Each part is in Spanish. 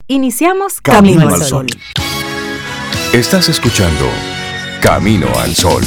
Iniciamos Camino al Sol. Estás escuchando Camino al Sol.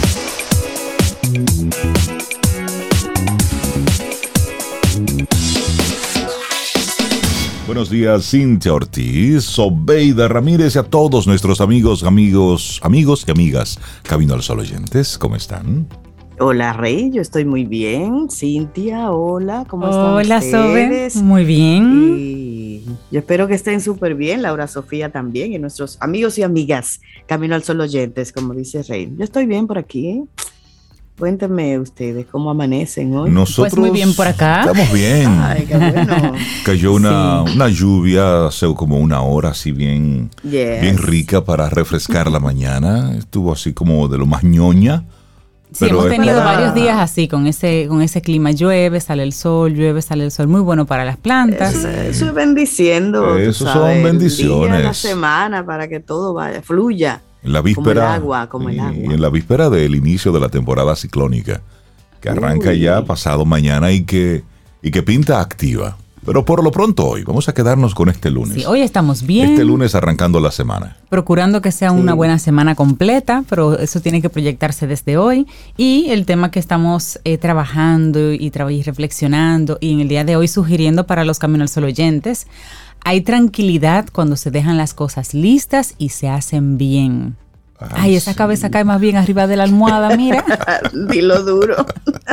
Buenos días, Cintia Ortiz, Sobeida Ramírez y a todos nuestros amigos y amigas Camino al Sol oyentes. ¿Cómo están? Hola, Rey, yo estoy muy bien. Cintia, hola, ¿cómo están Hola, ustedes? Sobe, muy bien. Y yo espero que estén súper bien, Laura Sofía también, y nuestros amigos y amigas Camino al Sol oyentes, como dice Rey. Yo estoy bien por aquí. Cuéntenme ustedes cómo amanecen hoy. Nosotros Pues muy bien por acá. Estamos bien. Ay, qué bueno. Cayó una lluvia hace como una hora, así bien rica para refrescar la mañana. Estuvo así como de lo más ñoña. Sí, hemos tenido varios días así, con ese clima. Llueve, sale el sol, muy bueno para las plantas. Eso es bendiciendo. Eso son bendiciones. El día de la semana para que todo fluya. En la víspera, como el agua. Y en la víspera del inicio de la temporada ciclónica, que arranca ya pasado mañana y que pinta activa. Pero por lo pronto hoy, vamos a quedarnos con este lunes. Sí, hoy estamos bien. Este lunes arrancando la semana. Procurando que sea una buena semana completa, pero eso tiene que proyectarse desde hoy. Y el tema que estamos trabajando y reflexionando, y en el día de hoy sugiriendo para los Camino al Sol oyentes, hay tranquilidad cuando se dejan las cosas listas y se hacen bien. Ay, esa cabeza cae más bien arriba de la almohada, mira. Dilo duro.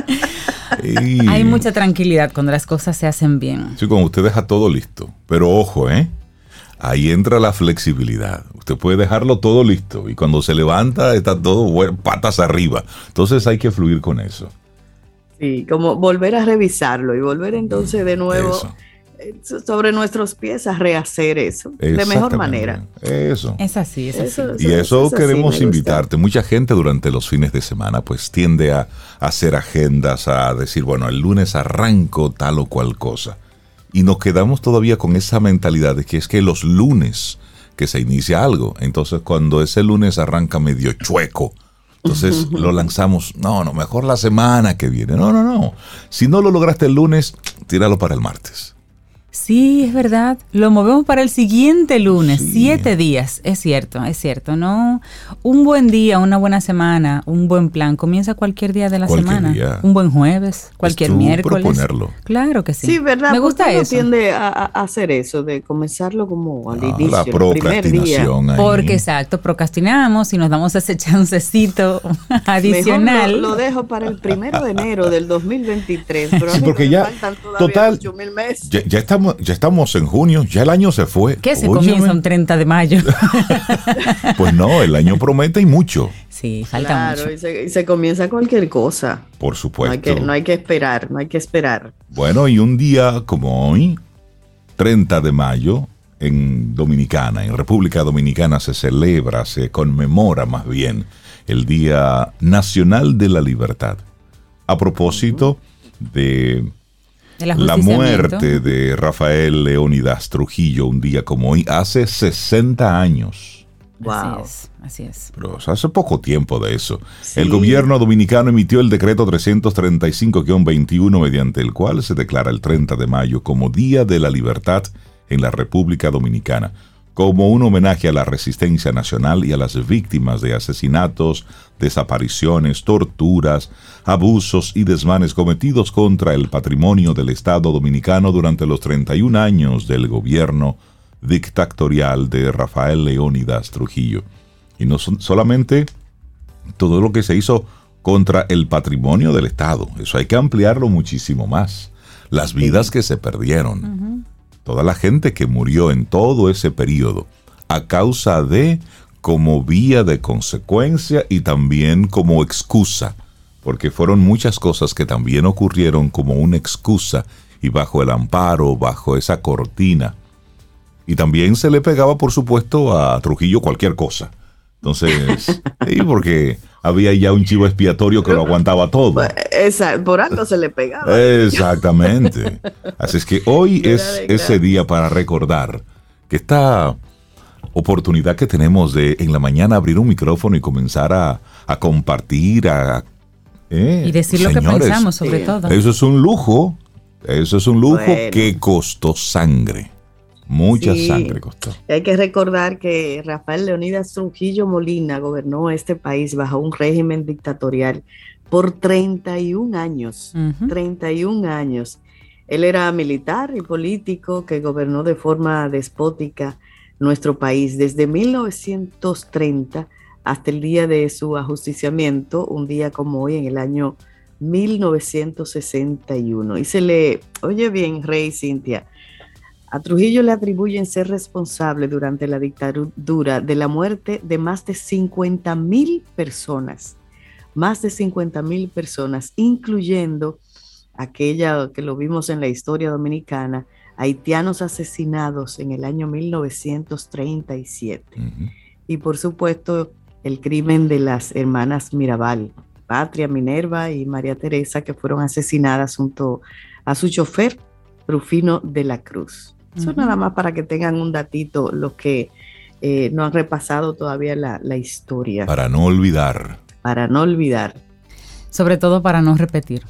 Hay mucha tranquilidad cuando las cosas se hacen bien. Sí, cuando usted deja todo listo. Pero ojo, ahí entra la flexibilidad. Usted puede dejarlo todo listo y cuando se levanta está todo patas arriba. Entonces hay que fluir con eso. Sí, como volver a revisarlo y volver entonces de nuevo sobre nuestros pies a rehacer eso de mejor manera. Eso. Es así, es así. Y eso queremos invitarte. Mucha gente durante los fines de semana pues tiende a hacer agendas, a decir, bueno, el lunes arranco tal o cual cosa. Y nos quedamos todavía con esa mentalidad de que es que los lunes que se inicia algo. Entonces cuando ese lunes arranca medio chueco, entonces lo lanzamos, no, mejor la semana que viene. No. Si no lo lograste el lunes, tíralo para el martes. Sí, es verdad. Lo movemos para el siguiente lunes, 7 días. Es cierto, ¿no? Un buen día, una buena semana, un buen plan. Comienza cualquier día de la semana. Día. Un buen jueves, cualquier miércoles. Proponerlo. Claro que sí. Sí, ¿verdad? Me gusta eso. Tiende a hacer eso, de comenzarlo como al inicio, la procrastinación. Ahí. Porque exacto, procrastinamos y nos damos ese chancecito adicional. Mejor lo dejo para el 1 de enero del 2023. Pero sí, porque ya, faltan todavía total, 8,000 meses. Ya estamos en junio, ya el año se fue. ¿Qué se comienza un 30 de mayo? Pues no, el año promete y mucho. Sí, falta mucho. Y se comienza cualquier cosa. Por supuesto. No hay que esperar. Bueno, y un día como hoy, 30 de mayo, en República Dominicana se conmemora más bien el Día Nacional de la Libertad. A propósito de la muerte de Rafael Leónidas Trujillo, un día como hoy, hace 60 años. Wow. Así es. Pero hace poco tiempo de eso. Sí. El gobierno dominicano emitió el decreto 335-21, mediante el cual se declara el 30 de mayo como Día de la Libertad en la República Dominicana, como un homenaje a la resistencia nacional y a las víctimas de asesinatos, desapariciones, torturas, abusos y desmanes cometidos contra el patrimonio del Estado dominicano durante los 31 años del gobierno dictatorial de Rafael Leónidas Trujillo. Y no solamente todo lo que se hizo contra el patrimonio del Estado, eso hay que ampliarlo muchísimo más. Las vidas que se perdieron, toda la gente que murió en todo ese periodo, a causa de, como vía de consecuencia y también como excusa, porque fueron muchas cosas que también ocurrieron como una excusa y bajo el amparo, bajo esa cortina. Y también se le pegaba, por supuesto, a Trujillo cualquier cosa. Entonces, sí, porque había ya un chivo expiatorio que lo aguantaba todo. Por algo se le pegaba. Exactamente. Así es que hoy es ese día para recordar que esta oportunidad que tenemos de en la mañana abrir un micrófono y comenzar a compartir, y decir señores, lo que pensamos sobre todo. Eso es un lujo. Eso es un lujo que costó sangre. Mucha sangre costó. Hay que recordar que Rafael Leónidas Trujillo Molina gobernó este país bajo un régimen dictatorial por 31 años. 31 años. Él era militar y político que gobernó de forma despótica nuestro país desde 1930 hasta el día de su ajusticiamiento, un día como hoy en el año 1961. Y se le, oye bien, Rey, Cintia, a Trujillo le atribuyen ser responsable durante la dictadura de la muerte de más de 50,000 personas, incluyendo aquella que lo vimos en la historia dominicana, haitianos asesinados en el año 1937. Y por supuesto, el crimen de las hermanas Mirabal, Patria, Minerva y María Teresa, que fueron asesinadas junto a su chofer, Rufino de la Cruz. Eso nada más para que tengan un datito los que no han repasado todavía la historia. Para no olvidar. Para no olvidar. Sobre todo para no repetir.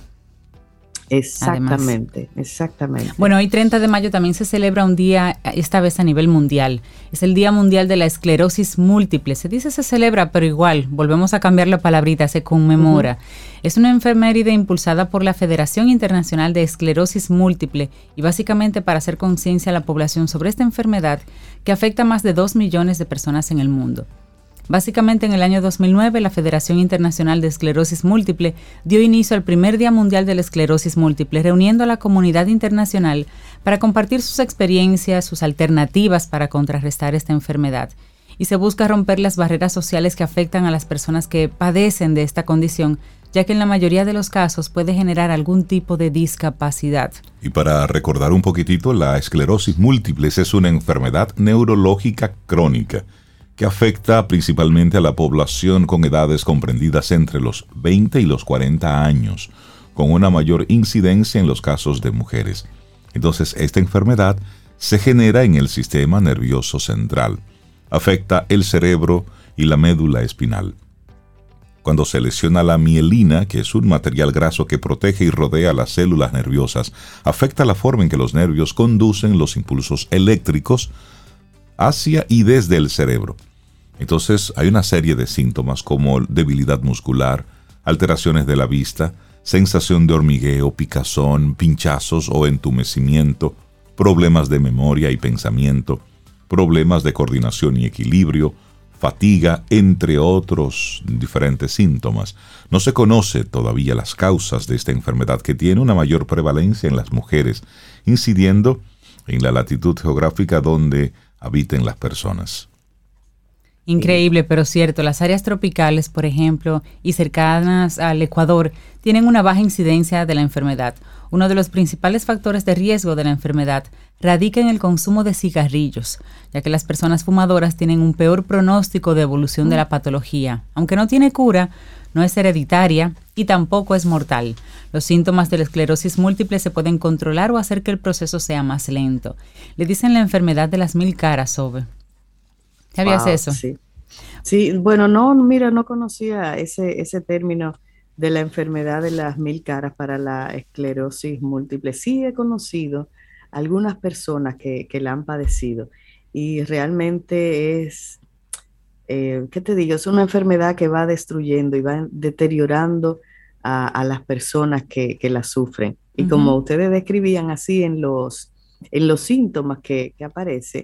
Exactamente, además. Exactamente. Bueno, hoy 30 de mayo también se celebra un día, esta vez a nivel mundial. Es el Día Mundial de la Esclerosis Múltiple. Se dice se celebra, pero igual, volvemos a cambiar la palabrita, se conmemora. Es una efeméride impulsada por la Federación Internacional de Esclerosis Múltiple y básicamente para hacer conciencia a la población sobre esta enfermedad que afecta a más de 2 millones de personas en el mundo. Básicamente, en el año 2009, la Federación Internacional de Esclerosis Múltiple dio inicio al primer Día Mundial de la Esclerosis Múltiple, reuniendo a la comunidad internacional para compartir sus experiencias, sus alternativas para contrarrestar esta enfermedad. Y se busca romper las barreras sociales que afectan a las personas que padecen de esta condición, ya que en la mayoría de los casos puede generar algún tipo de discapacidad. Y para recordar un poquitito, la esclerosis múltiple es una enfermedad neurológica crónica que afecta principalmente a la población con edades comprendidas entre los 20 y los 40 años, con una mayor incidencia en los casos de mujeres. Entonces, esta enfermedad se genera en el sistema nervioso central. Afecta el cerebro y la médula espinal. Cuando se lesiona la mielina, que es un material graso que protege y rodea las células nerviosas, afecta la forma en que los nervios conducen los impulsos eléctricos hacia y desde el cerebro. Entonces hay una serie de síntomas como debilidad muscular, alteraciones de la vista, sensación de hormigueo, picazón, pinchazos o entumecimiento, problemas de memoria y pensamiento, problemas de coordinación y equilibrio, fatiga, entre otros diferentes síntomas. No se conoce todavía las causas de esta enfermedad que tiene una mayor prevalencia en las mujeres, incidiendo en la latitud geográfica donde habiten las personas. Increíble, pero cierto. Las áreas tropicales, por ejemplo, y cercanas al Ecuador, tienen una baja incidencia de la enfermedad. Uno de los principales factores de riesgo de la enfermedad radica en el consumo de cigarrillos, ya que las personas fumadoras tienen un peor pronóstico de evolución de la patología. Aunque no tiene cura, no es hereditaria y tampoco es mortal. Los síntomas de la esclerosis múltiple se pueden controlar o hacer que el proceso sea más lento. Le dicen la enfermedad de las 1000 caras, Sobe. ¿Sabías eso? Sí, bueno, no conocía ese término de la enfermedad de las 1000 caras para la esclerosis múltiple. Sí he conocido algunas personas que la han padecido y realmente es, ¿qué te digo? Es una enfermedad que va destruyendo y va deteriorando a las personas que la sufren. Y como ustedes describían así en los síntomas que aparece,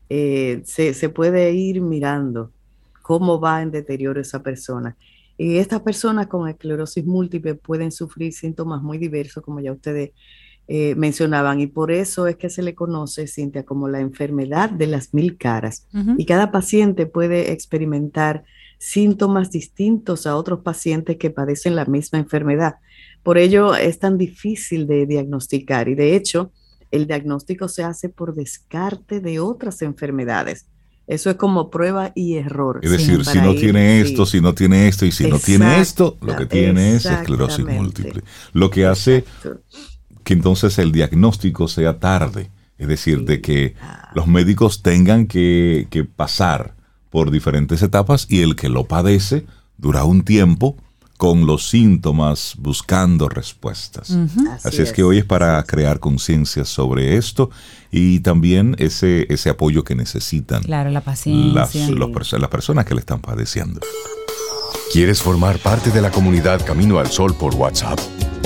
se puede ir mirando cómo va en deterioro esa persona. Y estas personas con esclerosis múltiple pueden sufrir síntomas muy diversos, como ya ustedes mencionaban, y por eso es que se le conoce, Cintia, como la enfermedad de las 1000 caras. Y cada paciente puede experimentar síntomas distintos a otros pacientes que padecen la misma enfermedad. Por ello es tan difícil de diagnosticar y de hecho el diagnóstico se hace por descarte de otras enfermedades. Eso es como prueba y error. Es decir, si no tiene esto, si no tiene esto y si no tiene esto, lo que tiene es esclerosis múltiple. Lo que hace que entonces el diagnóstico sea tarde. Es decir, de que los médicos tengan que pasar por diferentes etapas y el que lo padece dura un tiempo con los síntomas, buscando respuestas. Así es que hoy es para crear conciencia sobre esto y también ese apoyo que necesitan. Claro, la paciencia. Las personas que le están padeciendo. ¿Quieres formar parte de la comunidad Camino al Sol por WhatsApp?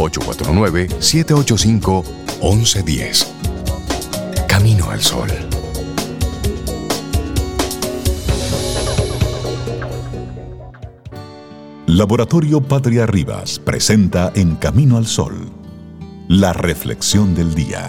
849-785-1110. Camino al Sol. Laboratorio Patria Rivas presenta En Camino al Sol, la reflexión del día.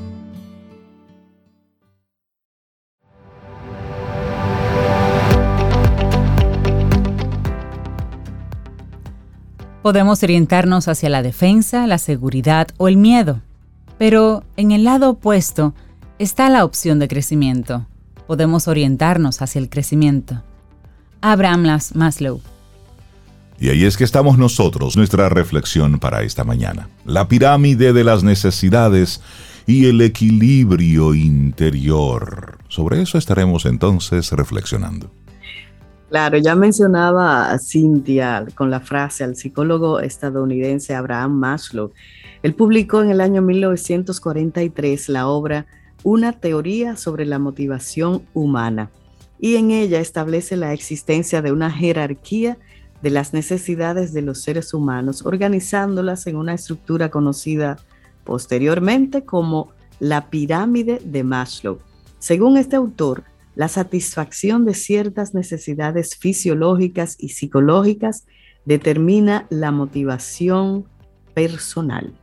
Podemos orientarnos hacia la defensa, la seguridad o el miedo, pero en el lado opuesto está la opción de crecimiento. Podemos orientarnos hacia el crecimiento. Abraham Maslow. Y ahí es que estamos nosotros, nuestra reflexión para esta mañana. La pirámide de las necesidades y el equilibrio interior. Sobre eso estaremos entonces reflexionando. Claro, ya mencionaba a Cintia con la frase al psicólogo estadounidense Abraham Maslow. Él publicó en el año 1943 la obra Una teoría sobre la motivación humana, y en ella establece la existencia de una jerarquía de las necesidades de los seres humanos, organizándolas en una estructura conocida posteriormente como la pirámide de Maslow. Según este autor, la satisfacción de ciertas necesidades fisiológicas y psicológicas determina la motivación personal.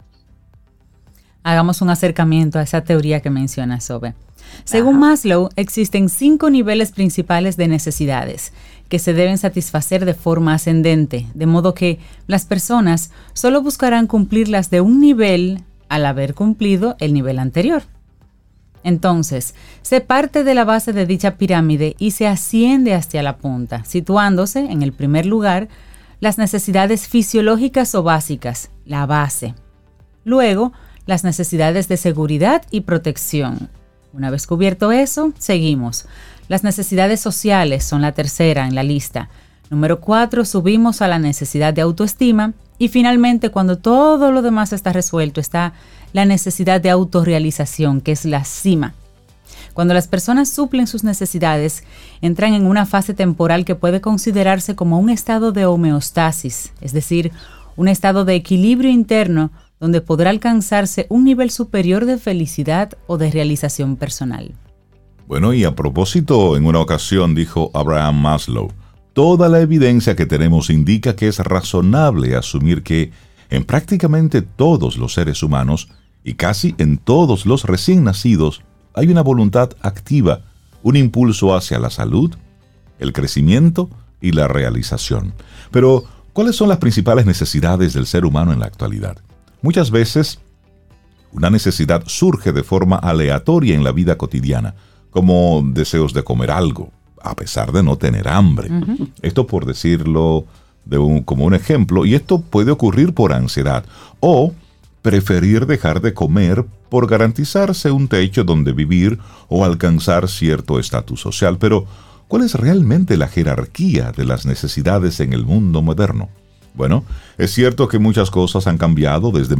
Hagamos un acercamiento a esa teoría que menciona Sobe. Según Maslow, existen 5 niveles principales de necesidades que se deben satisfacer de forma ascendente, de modo que las personas solo buscarán cumplirlas de un nivel al haber cumplido el nivel anterior. Entonces, se parte de la base de dicha pirámide y se asciende hacia la punta, situándose en el primer lugar las necesidades fisiológicas o básicas, la base. Luego, las necesidades de seguridad y protección. Una vez cubierto eso, seguimos. Las necesidades sociales son la tercera en la lista. Número 4, subimos a la necesidad de autoestima. Y finalmente, cuando todo lo demás está resuelto, está la necesidad de autorrealización, que es la cima. Cuando las personas suplen sus necesidades, entran en una fase temporal que puede considerarse como un estado de homeostasis, es decir, un estado de equilibrio interno donde podrá alcanzarse un nivel superior de felicidad o de realización personal. Bueno, y a propósito, en una ocasión dijo Abraham Maslow, toda la evidencia que tenemos indica que es razonable asumir que en prácticamente todos los seres humanos y casi en todos los recién nacidos hay una voluntad activa, un impulso hacia la salud, el crecimiento y la realización. Pero, ¿cuáles son las principales necesidades del ser humano en la actualidad? Muchas veces, una necesidad surge de forma aleatoria en la vida cotidiana, como deseos de comer algo, a pesar de no tener hambre. Esto por decirlo como un ejemplo, y esto puede ocurrir por ansiedad, o preferir dejar de comer por garantizarse un techo donde vivir o alcanzar cierto estatus social. Pero, ¿cuál es realmente la jerarquía de las necesidades en el mundo moderno? Bueno, es cierto que muchas cosas han cambiado desde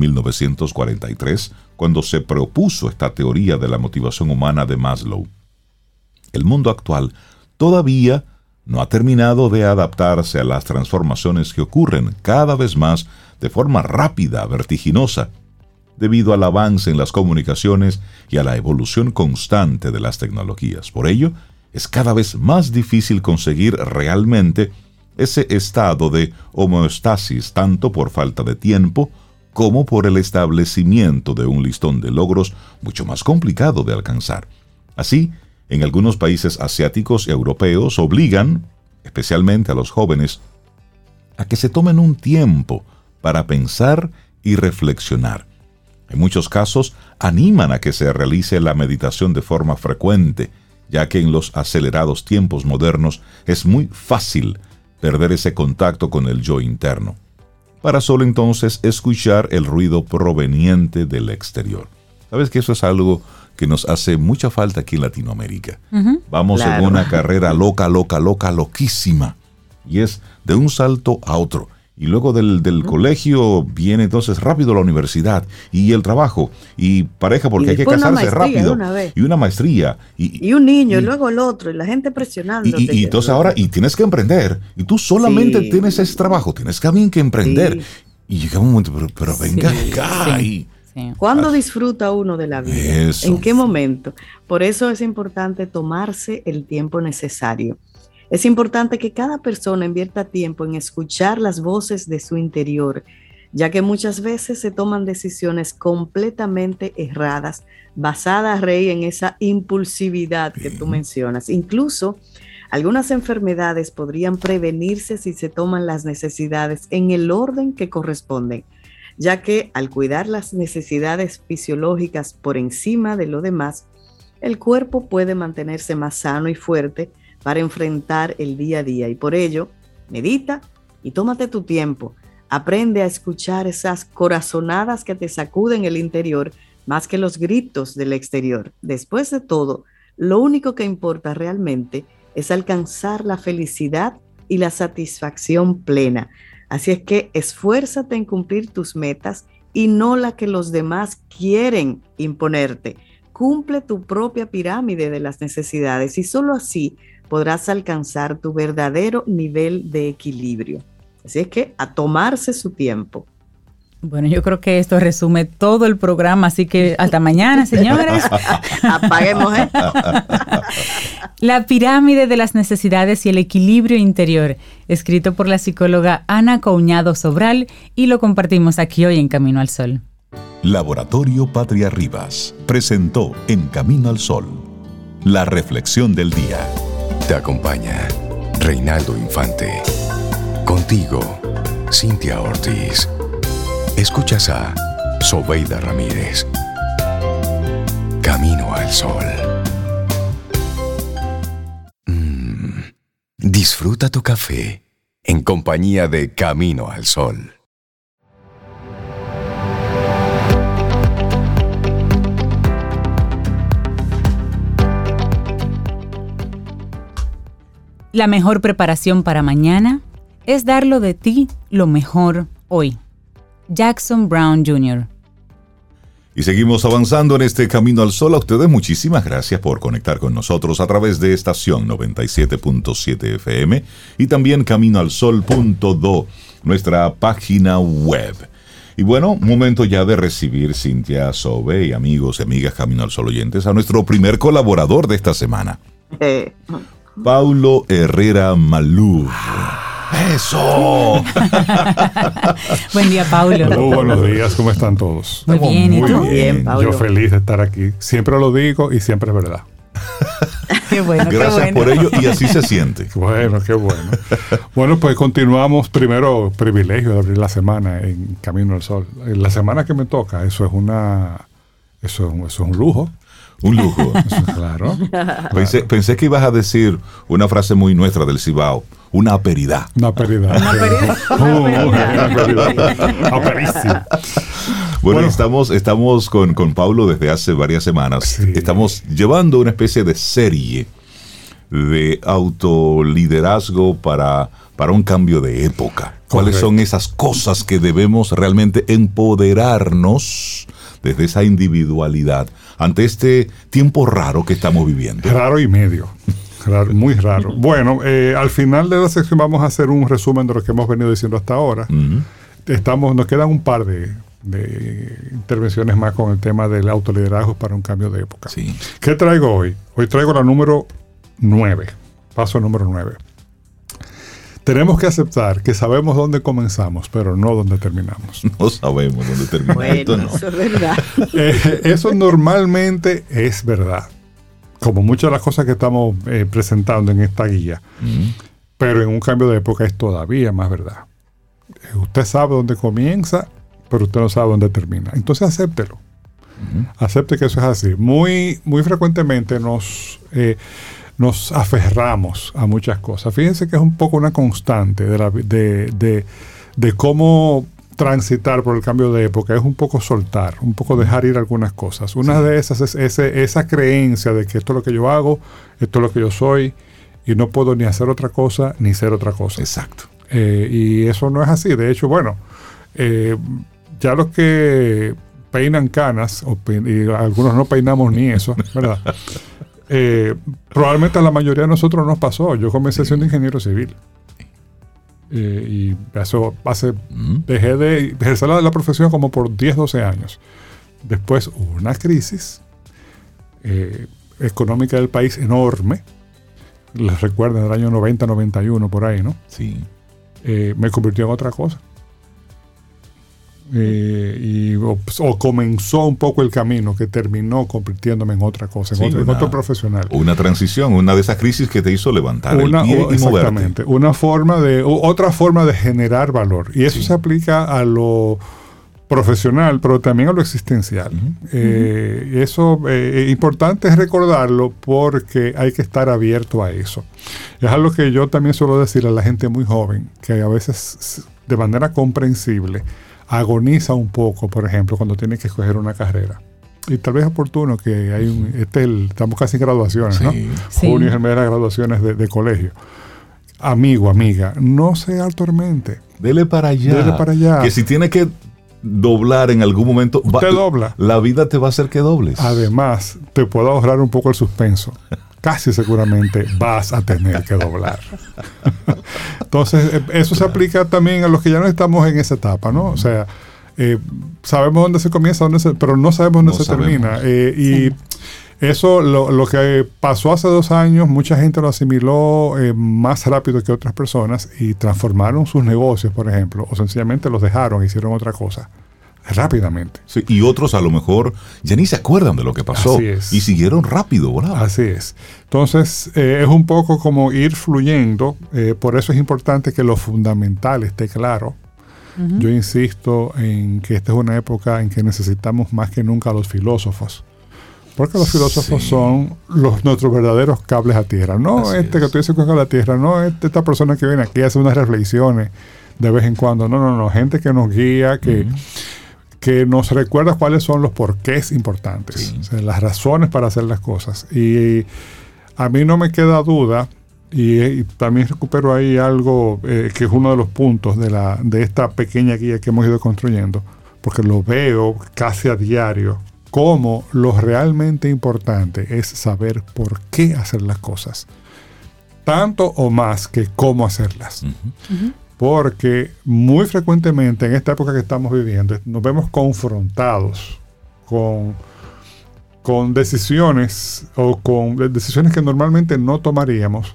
1943, cuando se propuso esta teoría de la motivación humana de Maslow. El mundo actual todavía no ha terminado de adaptarse a las transformaciones que ocurren cada vez más de forma rápida, vertiginosa, debido al avance en las comunicaciones y a la evolución constante de las tecnologías. Por ello, es cada vez más difícil conseguir realmente ese estado de homeostasis, tanto por falta de tiempo como por el establecimiento de un listón de logros mucho más complicado de alcanzar. Así, en algunos países asiáticos y europeos obligan, especialmente a los jóvenes, a que se tomen un tiempo para pensar y reflexionar. En muchos casos, animan a que se realice la meditación de forma frecuente, ya que en los acelerados tiempos modernos es muy fácil perder ese contacto con el yo interno, para solo entonces escuchar el ruido proveniente del exterior. ¿Sabes que eso es algo que nos hace mucha falta aquí en Latinoamérica? Vamos en una carrera loquísima, y es de un salto a otro. Y luego del colegio viene entonces rápido la universidad y el trabajo y pareja porque hay que casarse rápido. Y una maestría. Y un niño y luego el otro y la gente presionándote. Y entonces ahora tienes que emprender. Y tú solamente tienes ese trabajo. Tienes también que emprender. Sí. Y llega un momento, pero venga acá. Sí. ¿Cuándo disfruta uno de la vida? Eso. ¿En qué momento? Por eso es importante tomarse el tiempo necesario. Es importante que cada persona invierta tiempo en escuchar las voces de su interior, ya que muchas veces se toman decisiones completamente erradas, basadas, Rey, en esa impulsividad que tú mencionas. Incluso algunas enfermedades podrían prevenirse si se toman las necesidades en el orden que corresponden, ya que al cuidar las necesidades fisiológicas por encima de lo demás, el cuerpo puede mantenerse más sano y fuerte para enfrentar el día a día. Y por ello, medita y tómate tu tiempo. Aprende a escuchar esas corazonadas que te sacuden el interior más que los gritos del exterior. Después de todo, lo único que importa realmente es alcanzar la felicidad y la satisfacción plena. Así es que esfuérzate en cumplir tus metas y no la que los demás quieren imponerte. Cumple tu propia pirámide de las necesidades y solo así podrás alcanzar tu verdadero nivel de equilibrio. Así es que a tomarse su tiempo. Bueno, yo creo que esto resume todo el programa, así que hasta mañana, señores. Apaguemos esto. La pirámide de las necesidades y el equilibrio interior, escrito por la psicóloga Ana Couñado Sobral, y lo compartimos aquí hoy en Camino al Sol. Laboratorio Patria Rivas presentó En Camino al Sol, la reflexión del día. Te acompaña Reinaldo Infante. Contigo, Cintia Ortiz. Escuchas a Sobeida Ramírez. Camino al Sol. Disfruta tu café en compañía de Camino al Sol. La mejor preparación para mañana es darlo de ti lo mejor hoy. Jackson Brown Jr. Y seguimos avanzando en este Camino al Sol. A ustedes muchísimas gracias por conectar con nosotros a través de estación 97.7 FM y también caminoalsol.do, nuestra página web. Y bueno, momento ya de recibir, Cintia, Sobe y amigos y amigas Camino al Sol oyentes, a nuestro primer colaborador de esta semana. Paulo Herrera Maluf. ¡Eso! Buen día, Paulo. Muy buenos días, ¿cómo están todos? Muy bien, ¿y tú? Muy bien, Yo feliz de estar aquí. Siempre lo digo y siempre es verdad. Qué bueno, gracias qué bueno. por ello y así se siente. Bueno, qué bueno. Bueno, pues continuamos. Primero, privilegio de abrir la semana en Camino al Sol. La semana que me toca, eso es un lujo. Un lujo. Claro. Pensé que ibas a decir una frase muy nuestra del Cibao. Una aperidad. Una aperidad. Aperísimo. Bueno, estamos con Paulo desde hace varias semanas. Sí. Estamos llevando una especie de serie de autoliderazgo para un cambio de época. ¿Cuáles son esas cosas que debemos realmente empoderarnos desde esa individualidad ante este tiempo raro que estamos viviendo? Raro y medio. Raro, muy raro. Bueno, al final de la sección vamos a hacer un resumen de lo que hemos venido diciendo hasta ahora. Nos quedan un par de intervenciones más con el tema del autoliderazgo para un cambio de época. Sí. ¿Qué traigo hoy? Hoy traigo la número 9. Paso número 9. Tenemos que aceptar que sabemos dónde comenzamos, pero no dónde terminamos. No sabemos dónde terminamos. Bueno, no. Eso es verdad. Eso normalmente es verdad. Como muchas de las cosas que estamos presentando en esta guía. Pero en un cambio de época es todavía más verdad. Usted sabe dónde comienza, pero usted no sabe dónde termina. Entonces acéptelo. Acepte que eso es así. Muy, muy frecuentemente nos aferramos a muchas cosas. Fíjense que es un poco una constante de cómo transitar por el cambio de época. Es un poco soltar, un poco dejar ir algunas cosas. Una de esas es esa creencia de que esto es lo que yo hago, esto es lo que yo soy, y no puedo ni hacer otra cosa, ni ser otra cosa. Exacto. Y eso no es así. De hecho, bueno, ya los que peinan canas, y algunos no peinamos ni eso, ¿verdad? Probablemente a la mayoría de nosotros nos pasó. Yo comencé siendo ingeniero civil. Y eso dejé de ejercer la profesión como por 10, 12 años. Después hubo una crisis económica del país enorme. Les recuerdan el año 90, 91, por ahí, ¿no? Sí. Me convirtió en otra cosa. O comenzó un poco el camino que terminó convirtiéndome en otra cosa, en otro profesional. Una transición, una de esas crisis que te hizo levantar el pie y exactamente, moverte. Otra forma de generar valor. Y eso se aplica a lo profesional, pero también a lo existencial. Eso importante es recordarlo porque hay que estar abierto a eso. Es algo que yo también suelo decir a la gente muy joven, que a veces de manera comprensible agoniza un poco, por ejemplo, cuando tiene que escoger una carrera. Y tal vez es oportuno que hay estamos casi en graduaciones, ¿no? Sí. Junio es el mes de las graduaciones de colegio. Amigo, amiga, no se atormente. Dele para allá. Que si tiene que doblar en algún momento, dobla. La vida te va a hacer que dobles. Además, te puedo ahorrar un poco el suspenso. Casi seguramente vas a tener que doblar. Entonces, eso se aplica también a los que ya no estamos en esa etapa, ¿no? O sea, sabemos dónde se comienza, pero no sabemos dónde se termina. Y eso, lo que pasó hace 2 años, mucha gente lo asimiló más rápido que otras personas y transformaron sus negocios, por ejemplo, o sencillamente los dejaron e hicieron otra cosa. Rápidamente. Sí, y otros a lo mejor ya ni se acuerdan de lo que pasó. Así es. Y siguieron rápido, ¿verdad? Así es. Entonces, es un poco como ir fluyendo. Por eso es importante que lo fundamental esté claro. Yo insisto en que esta es una época en que necesitamos más que nunca a los filósofos. Porque los filósofos son nuestros verdaderos cables a tierra. No Así que tú dices que es cable a tierra. No esta persona que viene aquí a hacer unas reflexiones de vez en cuando. No. Gente que nos guía, que nos recuerda cuáles son los porqués importantes, o sea, las razones para hacer las cosas. Y a mí no me queda duda, y también recupero ahí algo que es uno de los puntos de esta pequeña guía que hemos ido construyendo, porque lo veo casi a diario, como lo realmente importante es saber por qué hacer las cosas, tanto o más que cómo hacerlas. Porque muy frecuentemente en esta época que estamos viviendo nos vemos confrontados con decisiones o con decisiones que normalmente no tomaríamos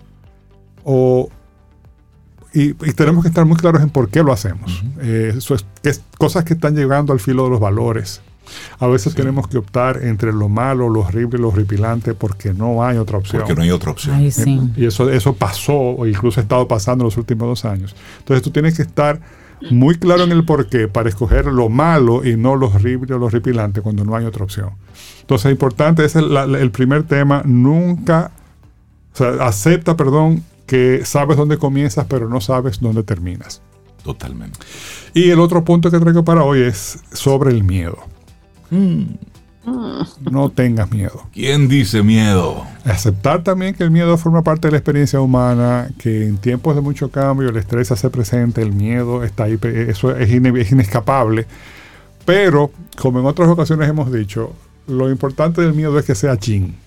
y tenemos que estar muy claros en por qué lo hacemos. Cosas que están llegando al filo de los valores. A veces tenemos que optar entre lo malo, lo horrible y lo horripilante porque no hay otra opción. Ay, sí. Y eso pasó, o incluso ha estado pasando en los últimos 2 años. Entonces tú tienes que estar muy claro en el porqué para escoger lo malo y no lo horrible o lo horripilante cuando no hay otra opción. Entonces, importante es el primer tema. Acepta que sabes dónde comienzas, pero no sabes dónde terminas. Totalmente. Y el otro punto que traigo para hoy es sobre el miedo. No tengas miedo. ¿Quién dice miedo? Aceptar también que el miedo forma parte de la experiencia humana, que en tiempos de mucho cambio el estrés hace presente, el miedo está ahí, eso es inescapable. Pero, como en otras ocasiones hemos dicho, lo importante del miedo es que sea chin.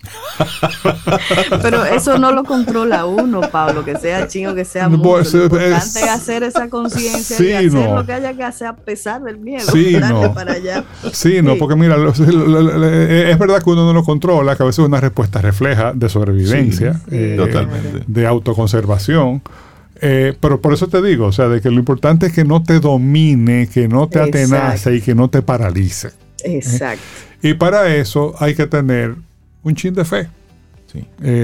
Pero eso no lo controla uno, Pablo, que sea chingo, que sea mucho. Lo importante es hacer esa conciencia y hacer lo que haya que hacer a pesar del miedo. Darle para allá. Porque mira, es verdad que uno no lo controla, que a veces una respuesta refleja de sobrevivencia, totalmente, de autoconservación. Pero por eso te digo, o sea, de que lo importante es que no te domine, que no te atenace y que no te paralice. Exacto. Y para eso hay que tener un chin de fe. Sí.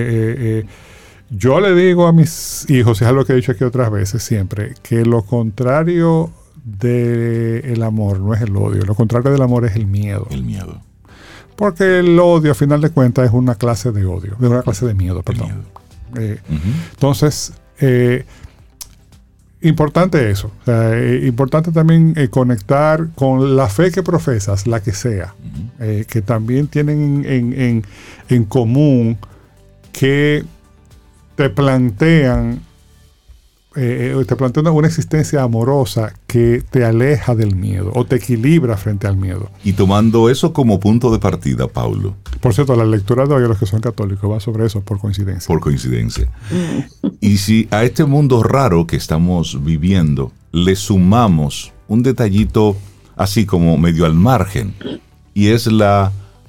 Yo le digo a mis hijos, y es algo que he dicho aquí otras veces siempre, que lo contrario del amor no es el odio, lo contrario del amor es el miedo. El miedo. Porque el odio, a final de cuentas, es una clase de odio, es una clase de miedo, perdón. Entonces, importante eso. O sea, importante también conectar con la fe que profesas, la que sea, que también tienen en común que te plantean te plantea una existencia amorosa que te aleja del miedo o te equilibra frente al miedo. Y tomando eso como punto de partida, Paulo. Por cierto, la lectura de hoy a los que son católicos va sobre eso por coincidencia. Por coincidencia. Y si a este mundo raro que estamos viviendo le sumamos un detallito así como medio al margen, y es lo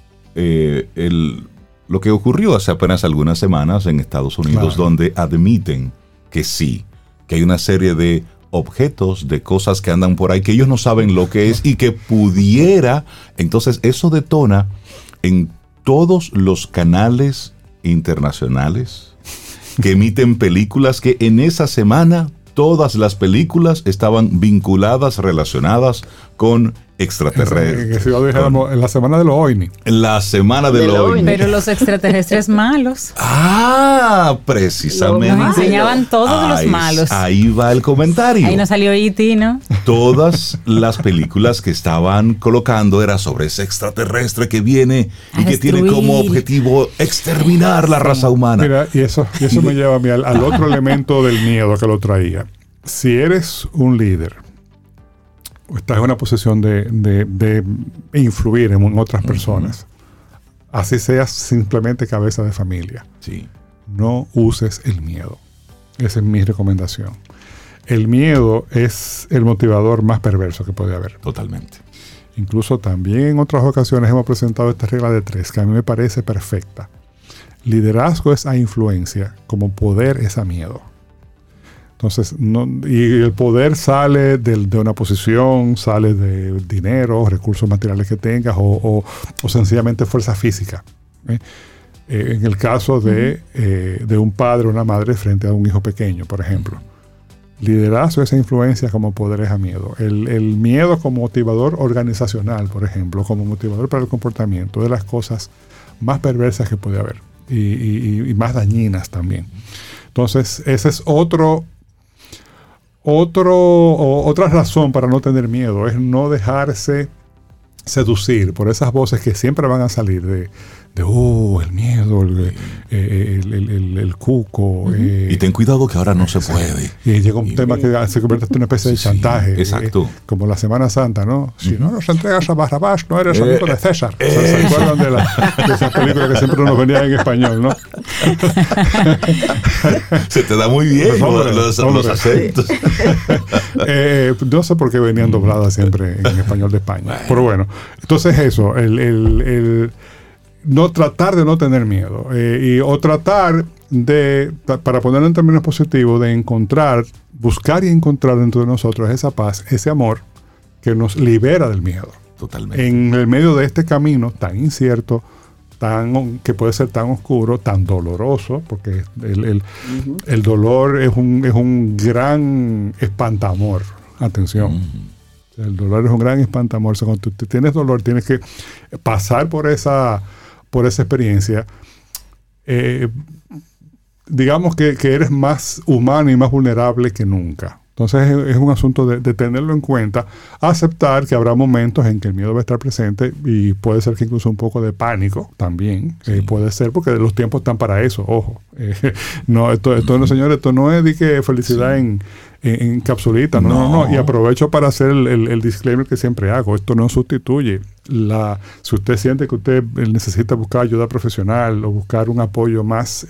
que ocurrió hace apenas algunas semanas en Estados Unidos, claro, donde admiten que sí, que hay una serie de objetos, de cosas que andan por ahí que ellos no saben lo que es y que pudiera, entonces eso detona en todos los canales internacionales que emiten películas que en esa semana todas las películas estaban vinculadas, relacionadas con extraterrestres. En la semana de los OVNI. La semana de los OVNI. Pero los extraterrestres malos. Ah, precisamente. Nos enseñaban todos los malos. Ahí va el comentario. Ahí nos salió E.T., ¿no? Todas las películas que estaban colocando era sobre ese extraterrestre que viene y que tiene como objetivo exterminar la raza humana. Mira, y eso me lleva a mí al otro elemento del miedo que lo traía. Si eres un líder, estás en una posición de influir en otras personas, así seas simplemente cabeza de familia. Sí. No uses el miedo. Esa es mi recomendación. El miedo es el motivador más perverso que puede haber. Totalmente. Incluso también en otras ocasiones hemos presentado esta regla de 3, que a mí me parece perfecta. Liderazgo es a influencia, como poder es a miedo. Entonces, y el poder sale de una posición, sale de dinero, recursos materiales que tengas o sencillamente fuerza física. En el caso de un padre o una madre frente a un hijo pequeño, por ejemplo. Liderazgo es esa influencia como poder es a miedo. El miedo como motivador organizacional, por ejemplo, como motivador para el comportamiento, de las cosas más perversas que puede haber y más dañinas también. Entonces, ese es otra razón para no tener miedo, es no dejarse seducir por esas voces que siempre van a salir de el miedo, el cuco. Y ten cuidado que ahora no se puede. Y llega un tema que se convierte en una especie de chantaje. Exacto. Como la Semana Santa, ¿no? Si no nos entregas a Barrabás, no eres amigo de César. ¿Se acuerdan de esas películas que siempre nos venían en español, no? Se te da muy bien los acentos. No sé por qué venían dobladas siempre en español de España. Pero bueno, entonces eso, no tratar de no tener miedo o tratar de, para ponerlo en términos positivos, de buscar y encontrar dentro de nosotros esa paz, ese amor que nos libera del miedo. Totalmente. En el medio de este camino tan incierto, que puede ser tan oscuro, tan doloroso, porque el dolor es un gran espantamor. Atención. El dolor es un gran espantamor. Cuando tú tienes dolor, tienes que pasar por esa experiencia. Digamos que eres más humano y más vulnerable que nunca. Entonces es un asunto de tenerlo en cuenta, aceptar que habrá momentos en que el miedo va a estar presente y puede ser que incluso un poco de pánico también, sí. Puede ser, porque los tiempos están para eso, ojo. Esto no, señores, esto no es de que felicidad sí. en capsulita, no. Y aprovecho para hacer el disclaimer que siempre hago, esto no sustituye. Si usted siente que usted necesita buscar ayuda profesional o buscar un apoyo más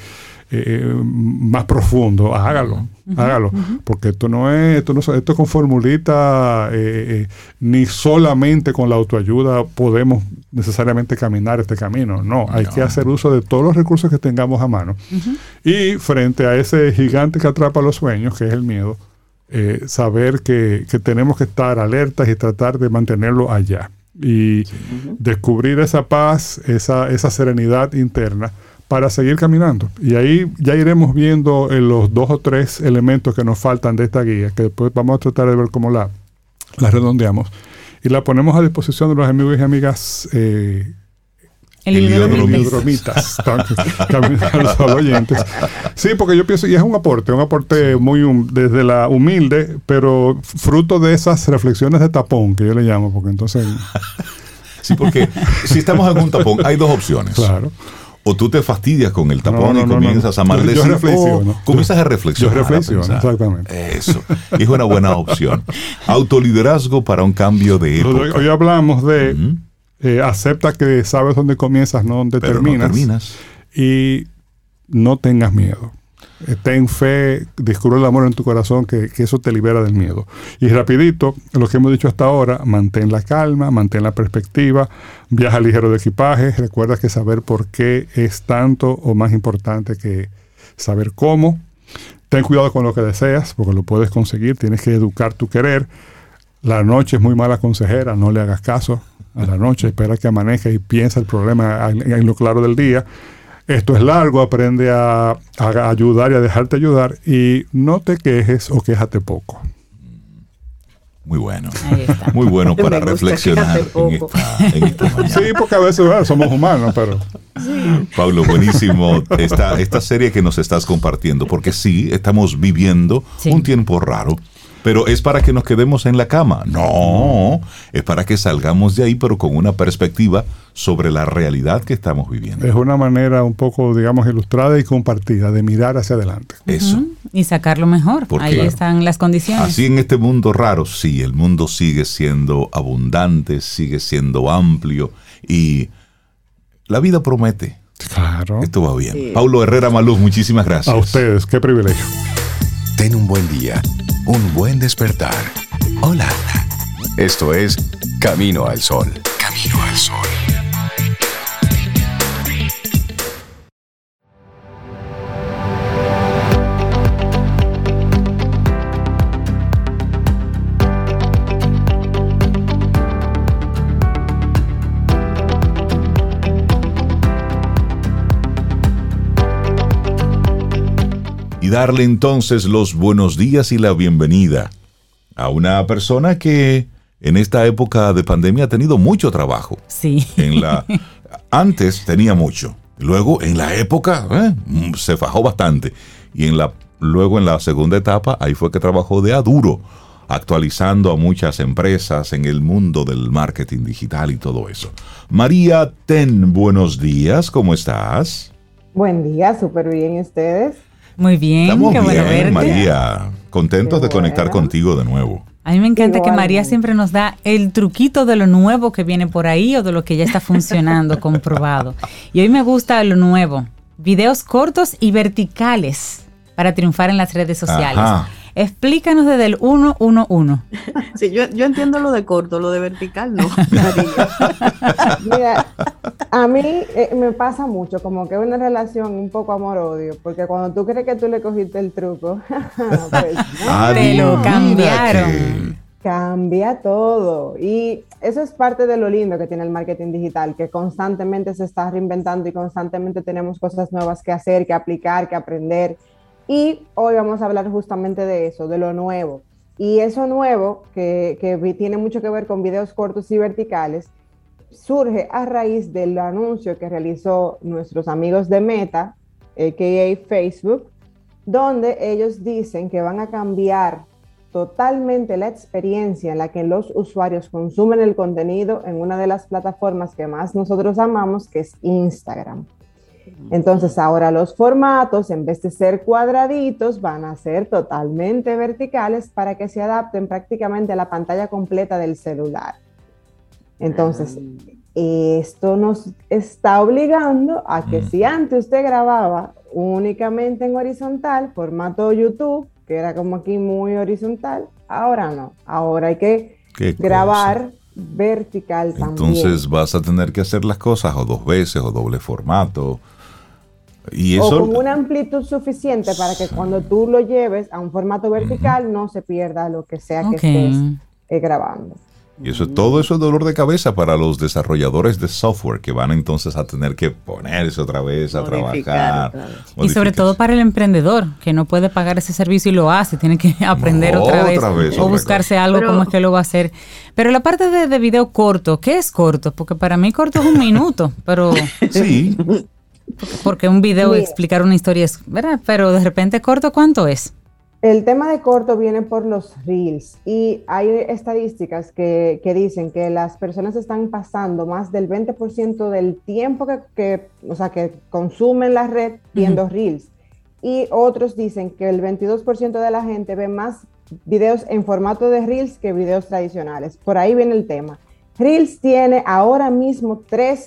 profundo, hágalo, porque esto con formulita ni solamente con la autoayuda podemos necesariamente caminar este camino, hay que hacer uso de todos los recursos que tengamos a mano y frente a ese gigante que atrapa los sueños, que es el miedo, saber que tenemos que estar alertas y tratar de mantenerlo allá y descubrir esa paz, esa serenidad interna para seguir caminando. Y ahí ya iremos viendo los 2 o 3 elementos que nos faltan de esta guía, que después vamos a tratar de ver cómo la redondeamos. Y la ponemos a disposición de los amigos y amigas Heliodromitas, Caminar Solo oyentes. Sí, porque yo pienso, y es un aporte muy desde la humilde, pero fruto de esas reflexiones de tapón, que yo le llamo, porque entonces... Sí, porque si estamos en un tapón, hay 2 opciones. Claro. O tú te fastidias con el tapón y comienzas a maldecir. Yo reflexiono. Comienzas a reflexionar. Yo reflexiono, exactamente. Eso. Es una buena opción. Autoliderazgo para un cambio de época. Hoy hablamos de acepta que sabes dónde comienzas, no dónde terminas. Y no tengas miedo. Ten fe, descubre el amor en tu corazón, que eso te libera del miedo. Y rapidito, lo que hemos dicho hasta ahora, mantén la calma, mantén la perspectiva, viaja ligero de equipaje, recuerda que saber por qué es tanto o más importante que saber cómo. Ten cuidado con lo que deseas, porque lo puedes conseguir, tienes que educar tu querer. La noche es muy mala consejera, no le hagas caso a la noche, espera que amanezca y piensa el problema en lo claro del día. Esto es largo, aprende a ayudar y a dejarte ayudar y no te quejes o quéjate poco. Muy bueno. Muy bueno para reflexionar en esta mañana. Sí, porque a veces somos humanos, pero... Sí. Pablo, buenísimo esta serie que nos estás compartiendo, porque sí, estamos viviendo un tiempo raro. Pero es para que nos quedemos en la cama. No, es para que salgamos de ahí, pero con una perspectiva sobre la realidad que estamos viviendo. Es una manera un poco, digamos, ilustrada y compartida de mirar hacia adelante. Eso. Y sacarlo mejor. Porque ahí están las condiciones. Así en este mundo raro, sí, el mundo sigue siendo abundante, sigue siendo amplio y la vida promete. Claro. Esto va bien. Sí. Paulo Herrera Maluf, muchísimas gracias. A ustedes, qué privilegio. Ten un buen día, un buen despertar. Hola. Esto es Camino al Sol. Camino al Sol. Darle entonces los buenos días y la bienvenida a una persona que en esta época de pandemia ha tenido mucho trabajo. Sí. Antes tenía mucho. Luego en la época se fajó bastante. Y luego en la segunda etapa, ahí fue que trabajó de a duro, actualizando a muchas empresas en el mundo del marketing digital y todo eso. María Ten, buenos días, ¿cómo estás? Buen día, súper bien, ¿y ustedes? Muy bien, estamos qué bueno bien, verte. María, contentos de conectar contigo de nuevo. A mí me encanta que María siempre nos da el truquito de lo nuevo que viene por ahí o de lo que ya está funcionando, comprobado. Y hoy me gusta lo nuevo, videos cortos y verticales para triunfar en las redes sociales. Ajá. Explícanos desde el 111. Sí, yo entiendo lo de corto, lo de vertical no. Mira, a mí me pasa mucho, como que es una relación un poco amor-odio, porque cuando tú crees que tú le cogiste el truco, pues no, te lo cambiaron. Cambia todo. Y eso es parte de lo lindo que tiene el marketing digital, que constantemente se está reinventando y constantemente tenemos cosas nuevas que hacer, que aplicar, que aprender. Y hoy vamos a hablar justamente de eso, de lo nuevo. Y eso nuevo, que tiene mucho que ver con videos cortos y verticales, surge a raíz del anuncio que realizó nuestros amigos de Meta, a.k.a. Facebook, donde ellos dicen que van a cambiar totalmente la experiencia en la que los usuarios consumen el contenido en una de las plataformas que más nosotros amamos, que es Instagram. Entonces ahora los formatos, en vez de ser cuadraditos, van a ser totalmente verticales para que se adapten prácticamente a la pantalla completa del celular. Entonces, esto nos está obligando a que si antes usted grababa únicamente en horizontal, formato YouTube, que era como aquí muy horizontal, ahora no. Ahora hay que grabar vertical también. Entonces vas a tener que hacer las cosas o dos veces o doble formato. Y eso, o con una amplitud suficiente para que cuando tú lo lleves a un formato vertical no se pierda lo que sea que estés grabando. Y todo eso es dolor de cabeza para los desarrolladores de software que van entonces a tener que ponerse otra vez a trabajar. Y sobre todo para el emprendedor que no puede pagar ese servicio y lo hace, tiene que aprender otra vez o buscarse algo como es que lo va a hacer. Pero la parte de video corto, ¿qué es corto? Porque para mí corto es 1 minuto, pero... Sí. Porque un video explicar una historia es, ¿verdad? Pero de repente corto, ¿cuánto es? El tema de corto viene por los reels y hay estadísticas que dicen que las personas están pasando más del 20% del tiempo que consumen la red viendo reels, y otros dicen que el 22% de la gente ve más videos en formato de reels que videos tradicionales. Por ahí viene el tema. Reels tiene ahora mismo tres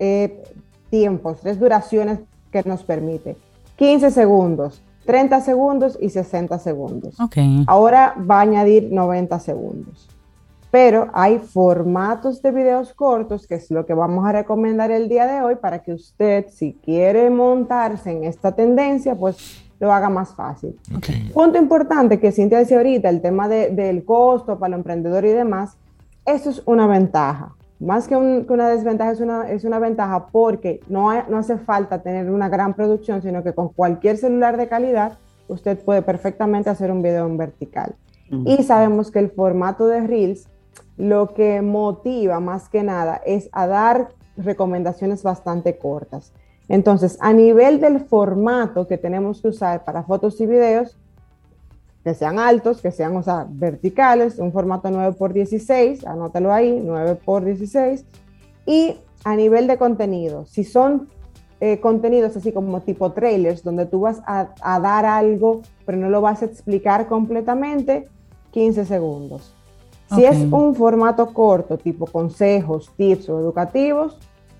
duraciones que nos permite: 15 segundos, 30 segundos y 60 segundos. Okay. Ahora va a añadir 90 segundos. Pero hay formatos de videos cortos, que es lo que vamos a recomendar el día de hoy, para que usted, si quiere montarse en esta tendencia, pues lo haga más fácil. Okay. Punto importante que Cintia decía ahorita, el tema del costo para el emprendedor y demás, eso es una ventaja. Más que una desventaja, es una ventaja, porque no hace falta tener una gran producción, sino que con cualquier celular de calidad usted puede perfectamente hacer un video en vertical. Y sabemos que el formato de Reels lo que motiva más que nada es a dar recomendaciones bastante cortas. Entonces, a nivel del formato que tenemos que usar para fotos y videos, que sean altos, que sean, verticales, un formato 9x16, anótalo ahí, 9x16. Y a nivel de contenido, si son contenidos así como tipo trailers, donde tú vas a dar algo, pero no lo vas a explicar completamente, 15 segundos. Si es un formato corto, tipo consejos, tips o educativos,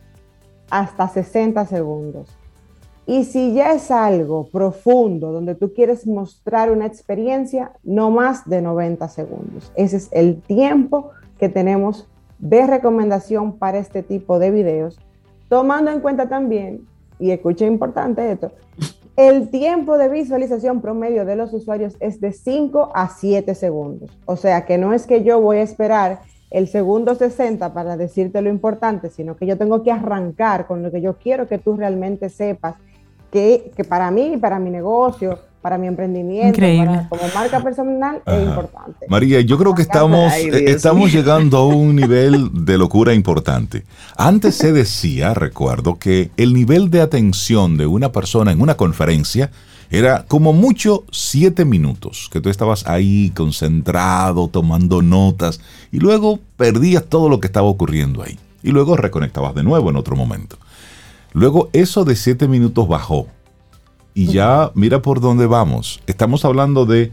hasta 60 segundos. Y si ya es algo profundo, donde tú quieres mostrar una experiencia, no más de 90 segundos. Ese es el tiempo que tenemos de recomendación para este tipo de videos, tomando en cuenta también, y escucha importante esto, el tiempo de visualización promedio de los usuarios es de 5 a 7 segundos. O sea que no es que yo voy a esperar el segundo 60 para decirte lo importante, sino que yo tengo que arrancar con lo que yo quiero que tú realmente sepas, que para mí, para mi negocio, para mi emprendimiento, como marca personal, es importante. María, yo creo que estamos llegando a un nivel de locura importante. Antes se decía, recuerdo, que el nivel de atención de una persona en una conferencia era como mucho 7 minutos, que tú estabas ahí concentrado, tomando notas, y luego perdías todo lo que estaba ocurriendo ahí. Y luego reconectabas de nuevo en otro momento. Luego eso de 7 minutos bajó. Y ya mira por dónde vamos. Estamos hablando de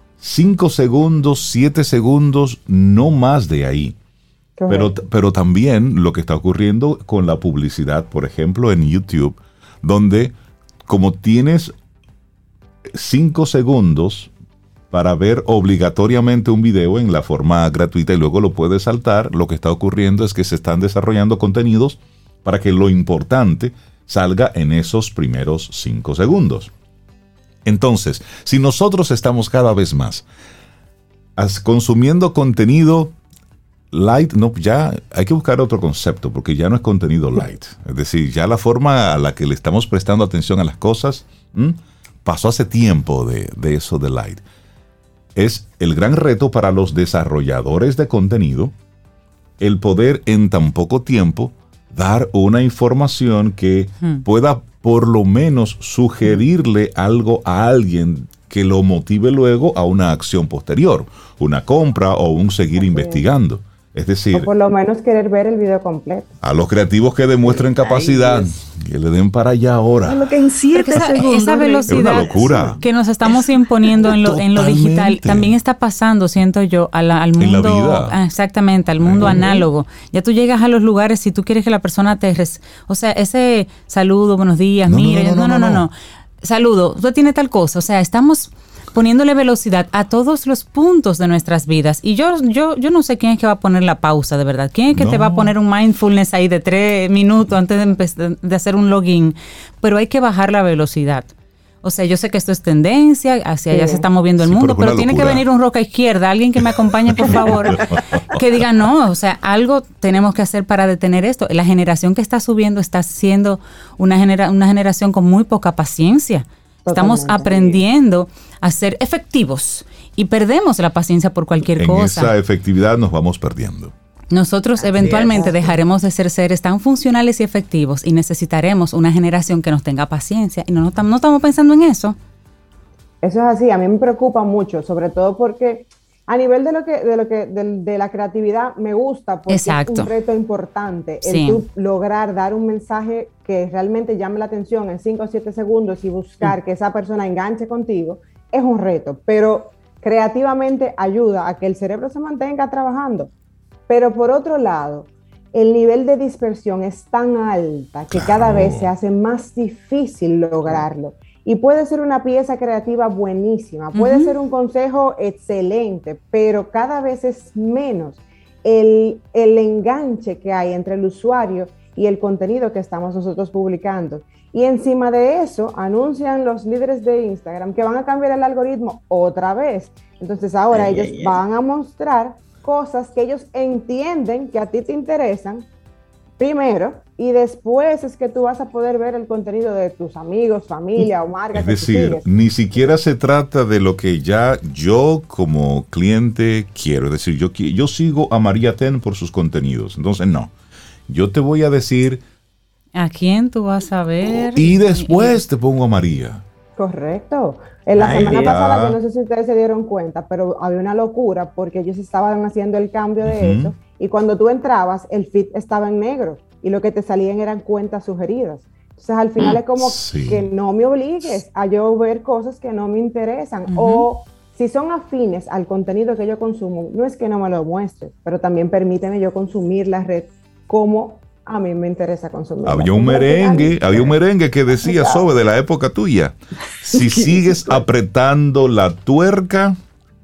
5 segundos, 7 segundos, no más de ahí. Pero también lo que está ocurriendo con la publicidad, por ejemplo, en YouTube, donde como tienes 5 segundos para ver obligatoriamente un video en la forma gratuita y luego lo puedes saltar, lo que está ocurriendo es que se están desarrollando contenidos para que lo importante salga en esos primeros 5 segundos. Entonces, si nosotros estamos cada vez más consumiendo contenido light, no, ya hay que buscar otro concepto, porque ya no es contenido light. Es decir, ya la forma a la que le estamos prestando atención a las cosas pasó hace tiempo de eso de light. Es el gran reto para los desarrolladores de contenido el poder en tan poco tiempo dar una información que pueda por lo menos sugerirle algo a alguien que lo motive luego a una acción posterior, una compra o un seguir investigando. Es decir, o por lo menos querer ver el video completo. A los creativos que demuestren capacidad, que le den para allá ahora. Lo que en 7 segundos. Esa velocidad es una locura que nos estamos imponiendo en lo digital también está pasando, siento yo, al mundo. En la vida. Exactamente, al mundo análogo. Ya tú llegas a los lugares, si tú quieres que la persona o sea, ese saludo, buenos días, no. Saludo, usted tiene tal cosa. O sea, estamos poniéndole velocidad a todos los puntos de nuestras vidas. Y yo no sé quién es que va a poner la pausa, de verdad. ¿Quién es que te va a poner un mindfulness ahí de 3 minutos antes de hacer un login? Pero hay que bajar la velocidad. O sea, yo sé que esto es tendencia, hacia allá se está moviendo el mundo, pero tiene que venir un roca izquierda, alguien que me acompañe, por favor, que diga, no, o sea, algo tenemos que hacer para detener esto. La generación que está subiendo está siendo una generación con muy poca paciencia. Estamos aprendiendo a ser efectivos y perdemos la paciencia por cualquier cosa. En esa efectividad nos vamos perdiendo. Nosotros eventualmente dejaremos de ser seres tan funcionales y efectivos y necesitaremos una generación que nos tenga paciencia y no estamos pensando en eso. Eso es así, a mí me preocupa mucho, sobre todo porque a nivel de la creatividad me gusta porque Exacto. es un reto importante Sí. el tú lograr dar un mensaje que realmente llame la atención en 5 o 7 segundos y buscar que esa persona enganche contigo, es un reto, pero creativamente ayuda a que el cerebro se mantenga trabajando. Pero por otro lado, el nivel de dispersión es tan alta que cada vez se hace más difícil lograrlo. Y puede ser una pieza creativa buenísima, puede ser un consejo excelente, pero cada vez es menos el enganche que hay entre el usuario y el contenido que estamos nosotros publicando. Y encima de eso, anuncian los líderes de Instagram que van a cambiar el algoritmo otra vez. Entonces ahora ellos van a mostrar cosas que ellos entienden que a ti te interesan primero, y después es que tú vas a poder ver el contenido de tus amigos, familia o marcas. Es decir, ni siquiera se trata de lo que ya yo como cliente quiero. Es decir, yo sigo a María Ten por sus contenidos. Entonces, no. Yo te voy a decir... ¿A quién tú vas a ver? Y después te pongo a María. Correcto. En la semana pasada, yo no sé si ustedes se dieron cuenta, pero había una locura porque ellos estaban haciendo el cambio de eso, y cuando tú entrabas, el feed estaba en negro y lo que te salían eran cuentas sugeridas. Entonces, al final es como que no me obligues a yo ver cosas que no me interesan, o si son afines al contenido que yo consumo, no es que no me lo muestres, pero también permíteme yo consumir la red como a mí me interesa consumir. Había un merengue que decía, Sobe, de la época tuya, si sigues apretando la tuerca,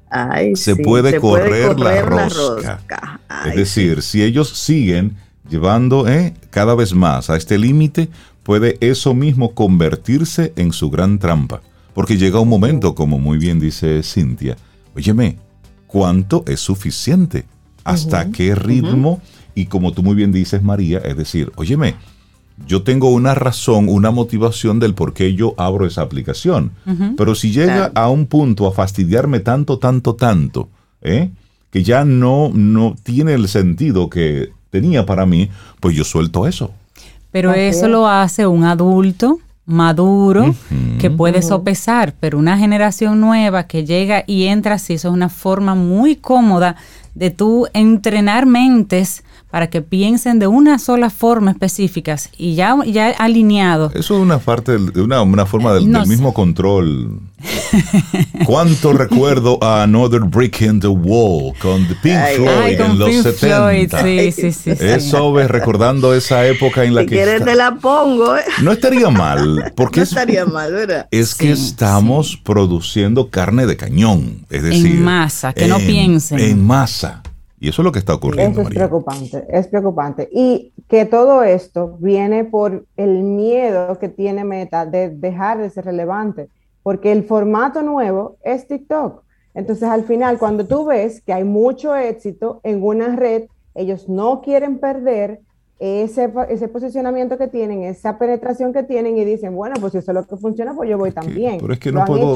se puede correr la rosca. Es decir, si ellos siguen llevando cada vez más a este límite, puede eso mismo convertirse en su gran trampa. Porque llega un momento, como muy bien dice Cintia, óyeme, ¿cuánto es suficiente? ¿Hasta qué ritmo? Y como tú muy bien dices, María, es decir, óyeme, yo tengo una razón, una motivación del por qué yo abro esa aplicación. Pero si llega a un punto a fastidiarme tanto, que ya no tiene el sentido que tenía para mí, pues yo suelto eso. Pero eso lo hace un adulto maduro que puede sopesar, pero una generación nueva que llega y entra así, eso es una forma muy cómoda de tú entrenar mentes para que piensen de una sola forma específica y ya alineado. Eso es una parte de una forma del mismo control. ¿Cuánto recuerdo a Another Brick in the Wall con The Pink Floyd en los 70? Sí. Eso ves recordando esa época en la que... quieres te la pongo. No estaría mal, porque no estaría mal, ¿verdad? Es que estamos produciendo carne de cañón, es decir... En masa, que no piensen. En masa. Y eso es lo que está ocurriendo, Eso es preocupante. Y que todo esto viene por el miedo que tiene Meta de dejar de ser relevante, porque el formato nuevo es TikTok. Entonces, al final, cuando tú ves que hay mucho éxito en una red, ellos no quieren perder ese posicionamiento que tienen, esa penetración que tienen, y dicen, bueno, pues si eso es lo que funciona, pues yo voy también. Pero es que no puedes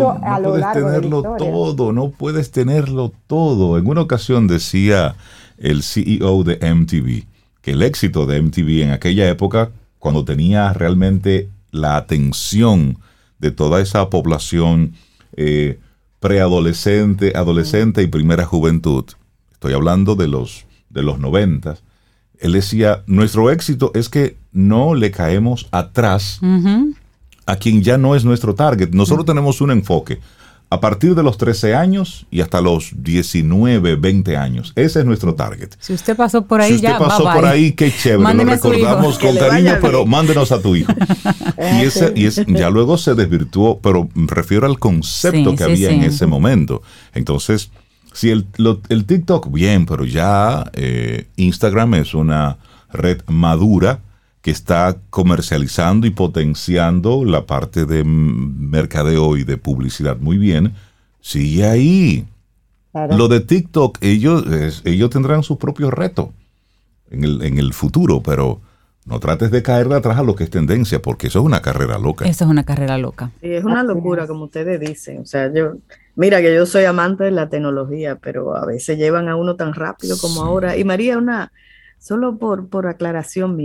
tenerlo todo. En una ocasión decía el CEO de MTV que el éxito de MTV en aquella época, cuando tenía realmente la atención de toda esa población preadolescente, adolescente y primera juventud, estoy hablando de los 90, él decía, nuestro éxito es que no le caemos atrás a quien ya no es nuestro target. Nosotros tenemos un enfoque a partir de los 13 años y hasta los 19, 20 años. Ese es nuestro target. Si usted pasó por ahí, si usted pasó por ahí, qué chévere. Mándeme lo recordamos con cariño, pero mándenos a tu hijo. Ya luego se desvirtuó, pero me refiero al concepto que había en ese momento. Entonces... Si el TikTok, bien, pero ya Instagram es una red madura que está comercializando y potenciando la parte de mercadeo y de publicidad muy bien. Sigue ahí. Claro. Lo de TikTok, ellos tendrán su propio reto en el futuro, pero no trates de caerle atrás a lo que es tendencia, porque eso es una carrera loca. Eso es una carrera loca. Sí, es una locura, como ustedes dicen. O sea, mira que yo soy amante de la tecnología, pero a veces llevan a uno tan rápido como ahora. Y María, solo por aclaración mía,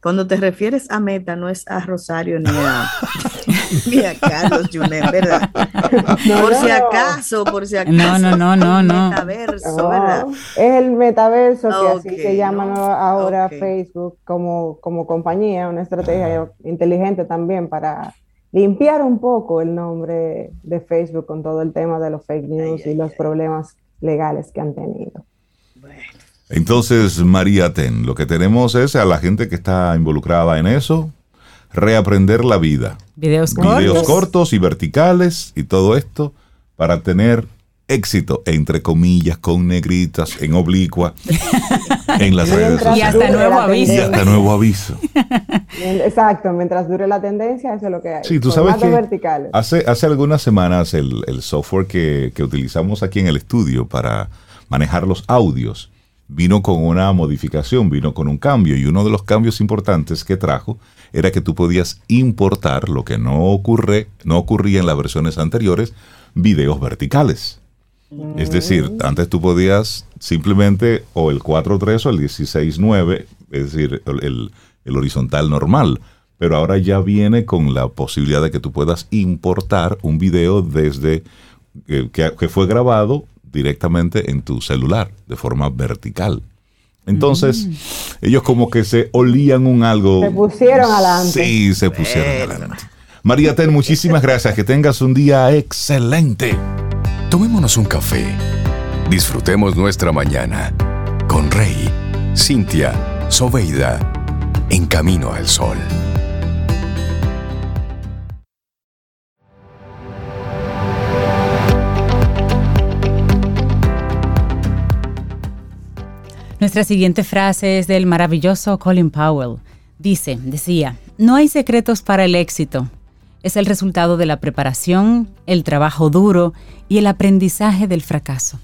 Cuando te refieres a Meta, no es a Rosario ni a, ni a Carlos Junet, ¿verdad? Por si acaso. No. Metaverso, ¿verdad? Es el metaverso, que Ok, así se llama ahora ok. Facebook como compañía, una estrategia inteligente también para limpiar un poco el nombre de Facebook con todo el tema de los fake news y los problemas legales que han tenido. Entonces, María Ten, lo que tenemos es a la gente que está involucrada en eso, reaprender la vida. Videos Cortos y verticales y todo esto para tener éxito, entre comillas, con negritas, en oblicua, en las redes Mientras Y sociales. hasta nuevo aviso. Y hasta nuevo aviso. Exacto, mientras dure la tendencia, eso es lo que hay. Sí, tú sabes Formatos que verticales. hace algunas semanas el software que utilizamos aquí en el estudio para manejar los audios vino con una modificación, vino con un cambio, y uno de los cambios importantes que trajo era que tú podías importar, lo que no ocurría en las versiones anteriores, videos verticales. Es decir, antes tú podías simplemente o el 4.3 o el 16.9, es decir, el horizontal normal, pero ahora ya viene con la posibilidad de que tú puedas importar un video desde que fue grabado directamente en tu celular, de forma vertical. Entonces, ellos como que se olían un algo. Se pusieron adelante. Sí, se pusieron adelante. María Ten, muchísimas gracias. Que tengas un día excelente. Tomémonos un café. Disfrutemos nuestra mañana con Rey, Cintia, Soveida, en Camino al Sol. Nuestra siguiente frase es del maravilloso Colin Powell. Decía, no hay secretos para el éxito. Es el resultado de la preparación, el trabajo duro y el aprendizaje del fracaso.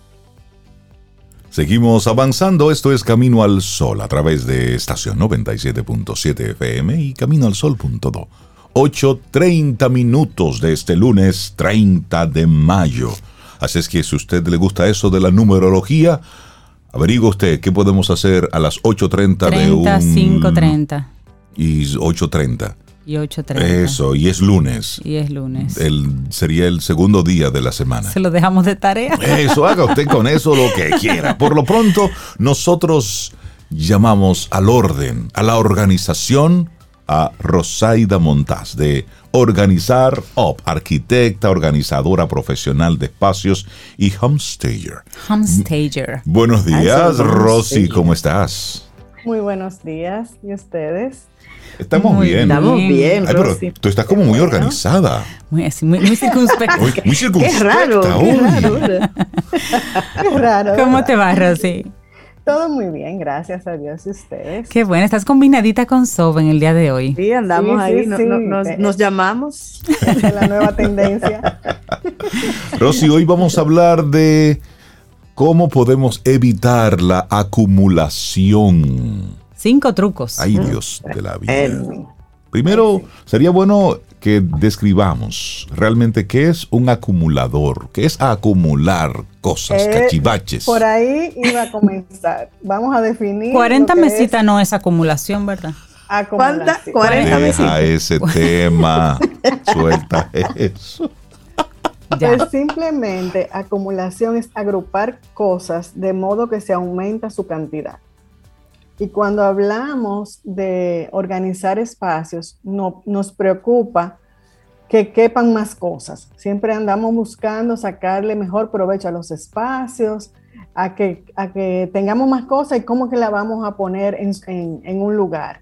Seguimos avanzando. Esto es Camino al Sol a través de estación 97.7 FM y caminoalsol.do. 8:30 minutos de este lunes 30 de mayo. Así es que si a usted le gusta eso de la numerología, averigua usted qué podemos hacer a las 8:30 de un... 5:30. Y 8:30. Y 8:30. Eso, y es lunes. Y es lunes. Sería el segundo día de la semana. Se lo dejamos de tarea. Eso, haga usted con eso lo que quiera. Por lo pronto, nosotros llamamos al orden, a la organización, a Rosaida Montaz, de Organizar Up, arquitecta, organizadora profesional de espacios y homestager. Homestager. Buenos días, Eso, Rosy, homestager. ¿cómo estás? Muy buenos días. ¿Y ustedes? Estamos Muy bien. Estamos bien, Ay, pero Rosy. tú estás como muy organizada. Muy circunspecto. Muy circunspecta. Qué raro, hoy. qué raro. ¿Verdad? Qué raro. ¿Cómo ¿verdad? te va, Rosy? Todo muy bien, gracias a Dios y ustedes. Qué bueno, estás combinadita con Sobe en el día de hoy. Sí, andamos Sí, ahí, sí, no- sí. no- nos llamamos. De la nueva tendencia. Rosy, hoy vamos a hablar de cómo podemos evitar la acumulación. 5 trucos. Ay, Dios de la vida. El- Primero, sería bueno que describamos realmente qué es un acumulador, qué es acumular cosas, cachivaches. Por ahí iba a comenzar. Vamos a definir. 40 lo que mesitas es no es acumulación, ¿verdad? acumulación. ¿Cuánta? 40 Deja mesitas. ese tema. Suelta eso. Ya. Pues simplemente acumulación es agrupar cosas de modo que se aumenta su cantidad. Y cuando hablamos de organizar espacios, nos preocupa que quepan más cosas. Siempre andamos buscando sacarle mejor provecho a los espacios, a que tengamos más cosas y cómo que la vamos a poner en un lugar.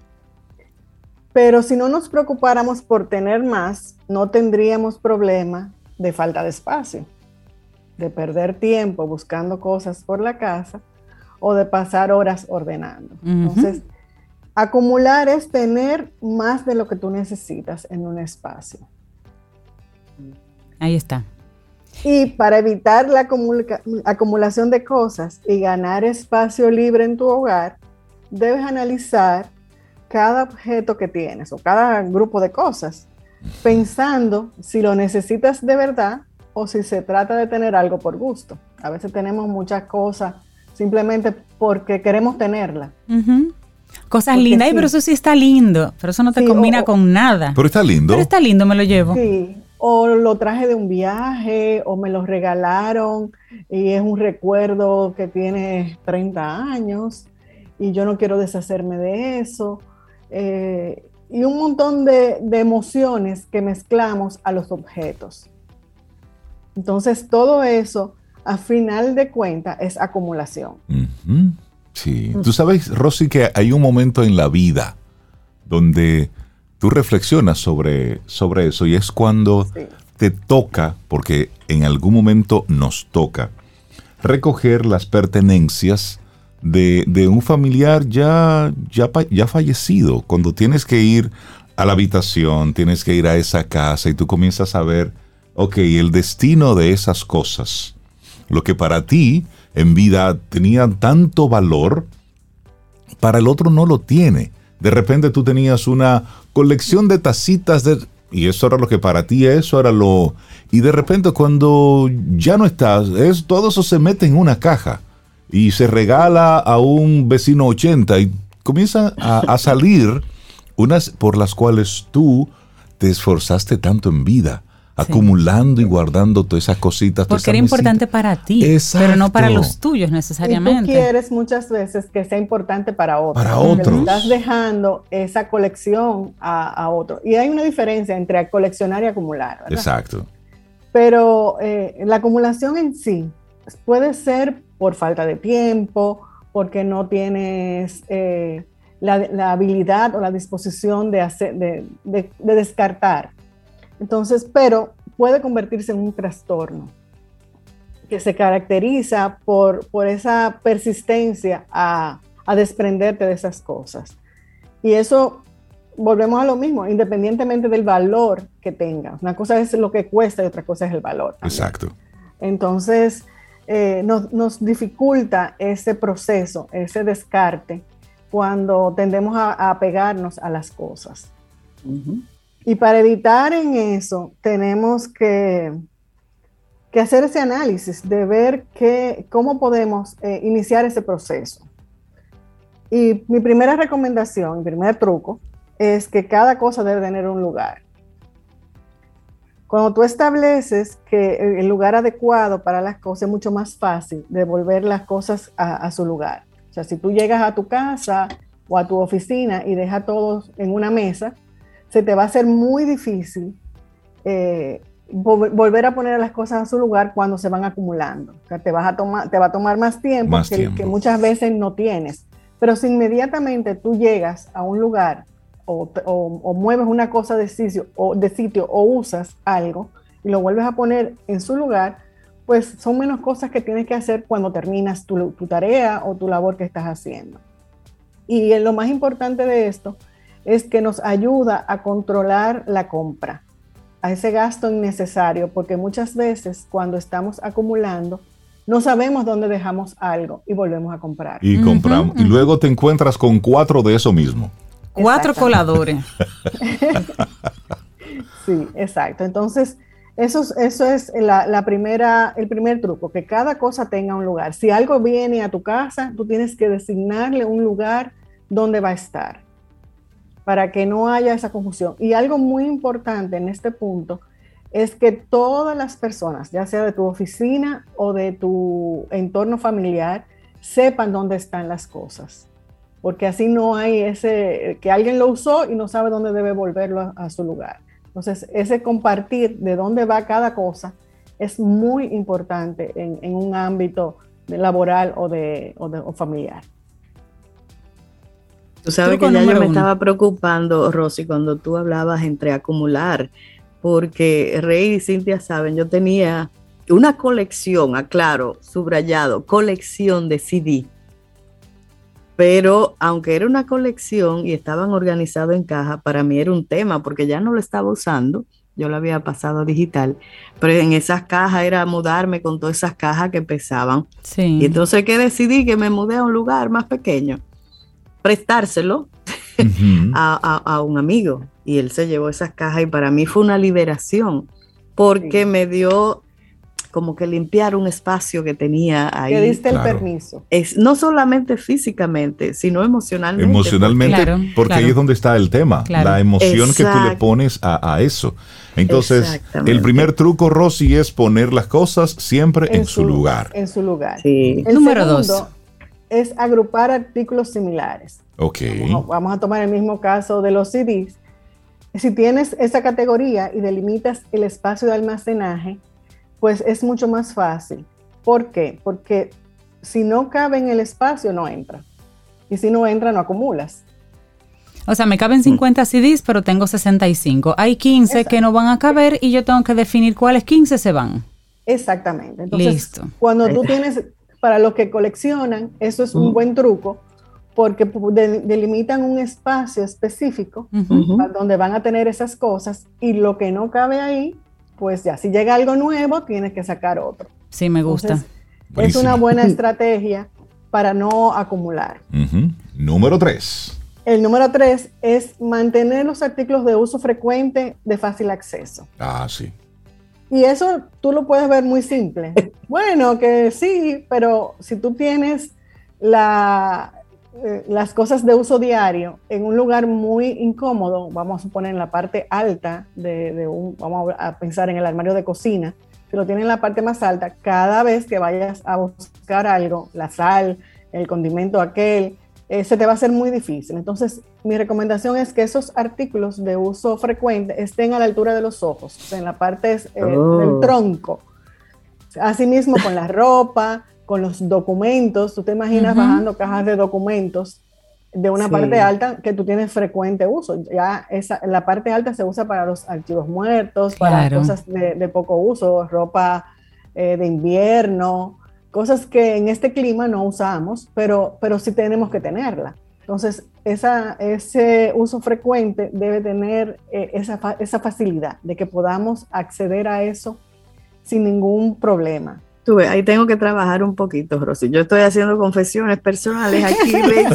Pero si no nos preocupáramos por tener más, no tendríamos problema de falta de espacio, de perder tiempo buscando cosas por la casa o de pasar horas ordenando. Entonces, acumular es tener más de lo que tú necesitas en un espacio. Ahí está. Y para evitar la acumulación de cosas y ganar espacio libre en tu hogar, debes analizar cada objeto que tienes o cada grupo de cosas, pensando si lo necesitas de verdad o si se trata de tener algo por gusto. A veces tenemos muchas cosas simplemente porque queremos tenerla. Ujú. Cosas lindas, pero eso sí está lindo, pero eso no te combina con nada. Pero está lindo. Pero está lindo, me lo llevo. Sí, o lo traje de un viaje, o me lo regalaron y es un recuerdo que tiene 30 años y yo no quiero deshacerme de eso. Y un montón de emociones que mezclamos a los objetos. Entonces, todo eso, a final de cuentas, es acumulación. Uh-huh. Sí. Tú sabes, Rosy, que hay un momento en la vida donde tú reflexionas sobre eso y es cuando te toca, porque en algún momento nos toca, recoger las pertenencias de un familiar ya fallecido. Cuando tienes que ir a la habitación, tienes que ir a esa casa y tú comienzas a ver, ok, el destino de esas cosas, lo que para ti en vida tenía tanto valor, para el otro no lo tiene. De repente tú tenías una colección de tacitas y eso era lo que para ti, eso era lo... Y de repente cuando ya no estás, todo eso se mete en una caja y se regala a un vecino 80 y comienzan a salir unas por las cuales tú te esforzaste tanto en vida, acumulando y guardando todas esas cositas. Porque era importante para ti, pero no para los tuyos necesariamente. Y tú quieres muchas veces que sea importante para otros. Para otros. Le estás dejando esa colección a otro. Y hay una diferencia entre coleccionar y acumular, ¿verdad? Exacto. Pero la acumulación en sí puede ser por falta de tiempo, porque no tienes la habilidad o la disposición de descartar. Entonces, pero puede convertirse en un trastorno que se caracteriza por esa persistencia a desprenderte de esas cosas. Y eso, volvemos a lo mismo, independientemente del valor que tenga. Una cosa es lo que cuesta y otra cosa es el valor también. Exacto. Entonces, nos dificulta ese proceso, ese descarte, cuando tendemos a apegarnos a las cosas. Uh-huh. Y para evitar en eso, tenemos que hacer ese análisis de ver cómo podemos iniciar ese proceso. Y mi primera recomendación, mi primer truco, es que cada cosa debe tener un lugar. Cuando tú estableces que el lugar adecuado para las cosas, es mucho más fácil devolver las cosas a su lugar. O sea, si tú llegas a tu casa o a tu oficina y dejas todo en una mesa, se te va a hacer muy difícil volver a poner las cosas a su lugar cuando se van acumulando. O sea, te va a tomar más tiempo que muchas veces no tienes. Pero si inmediatamente tú llegas a un lugar o mueves una cosa de sitio o usas algo y lo vuelves a poner en su lugar, pues son menos cosas que tienes que hacer cuando terminas tu tarea o tu labor que estás haciendo. Y lo más importante de esto es que nos ayuda a controlar la compra, a ese gasto innecesario, porque muchas veces cuando estamos acumulando no sabemos dónde dejamos algo y volvemos a comprar. Y compramos. Y luego te encuentras con 4 de eso mismo. 4 coladores. Sí, exacto. Entonces, eso es el primer truco, que cada cosa tenga un lugar. Si algo viene a tu casa, tú tienes que designarle un lugar donde va a estar, para que no haya esa confusión. Y algo muy importante en este punto es que todas las personas, ya sea de tu oficina o de tu entorno familiar, sepan dónde están las cosas. Porque así no hay que alguien lo usó y no sabe dónde debe volverlo a su lugar. Entonces, ese compartir de dónde va cada cosa es muy importante en un ámbito laboral o familiar. Tú sabes que ya yo me estaba preocupando, Rosy, cuando tú hablabas entre acumular, porque Rey y Cintia saben, yo tenía una colección, aclaro, subrayado, colección de CD, pero aunque era una colección y estaban organizados en caja, para mí era un tema, porque ya no lo estaba usando, yo lo había pasado a digital, pero en esas cajas era mudarme con todas esas cajas que pesaban. Sí. Y entonces que decidí que me mudé a un lugar más pequeño, prestárselo a un amigo, y él se llevó esas cajas y para mí fue una liberación porque me dio como que limpiar un espacio que tenía ahí. Que diste el Claro. permiso. Es, no solamente físicamente, sino emocionalmente. Emocionalmente, Claro, porque claro. ahí es donde está el tema, Claro. la emoción que tú le Exacto. pones a eso. Entonces, Exactamente. el primer truco, Rosy, es poner las cosas siempre en su lugar. En su lugar. Sí. El Número segundo 2. es agrupar artículos similares. Ok. Vamos a tomar el mismo caso de los CDs. Si tienes esa categoría y delimitas el espacio de almacenaje, pues es mucho más fácil. ¿Por qué? Porque si no cabe en el espacio, no entra. Y si no entra, no acumulas. O sea, me caben 50 CDs, pero tengo 65. Hay 15 que no van a caber y yo tengo que definir cuáles 15 se van. Exactamente. Entonces, Listo. cuando tú tienes, para los que coleccionan, eso es un buen truco, porque delimitan un espacio específico Ujú. donde van a tener esas cosas y lo que no cabe ahí, pues ya, si llega algo nuevo, tienes que sacar otro. Sí, me gusta. Entonces, es Buenísimo. una buena estrategia para no acumular. Ujú. Número 3. El número 3 es mantener los artículos de uso frecuente de fácil acceso. Ah, sí. Y eso tú lo puedes ver muy simple. Bueno, que sí, pero si tú tienes las cosas de uso diario en un lugar muy incómodo, vamos a suponer en la parte alta vamos a pensar en el armario de cocina, si lo tienes en la parte más alta, cada vez que vayas a buscar algo, la sal, el condimento aquel, se te va a hacer muy difícil. Entonces, mi recomendación es que esos artículos de uso frecuente estén a la altura de los ojos, o sea, en la parte del tronco. Asimismo, con la ropa, con los documentos. Tú te imaginas bajando cajas de documentos de una parte alta que tú tienes frecuente uso. Ya la parte alta se usa para los archivos muertos, para cosas de poco uso, ropa de invierno, cosas que en este clima no usamos, pero sí tenemos que tenerla. Entonces, ese uso frecuente debe tener esa facilidad de que podamos acceder a eso sin ningún problema. Tú ves, ahí tengo que trabajar un poquito, Rosy. Yo estoy haciendo confesiones personales aquí.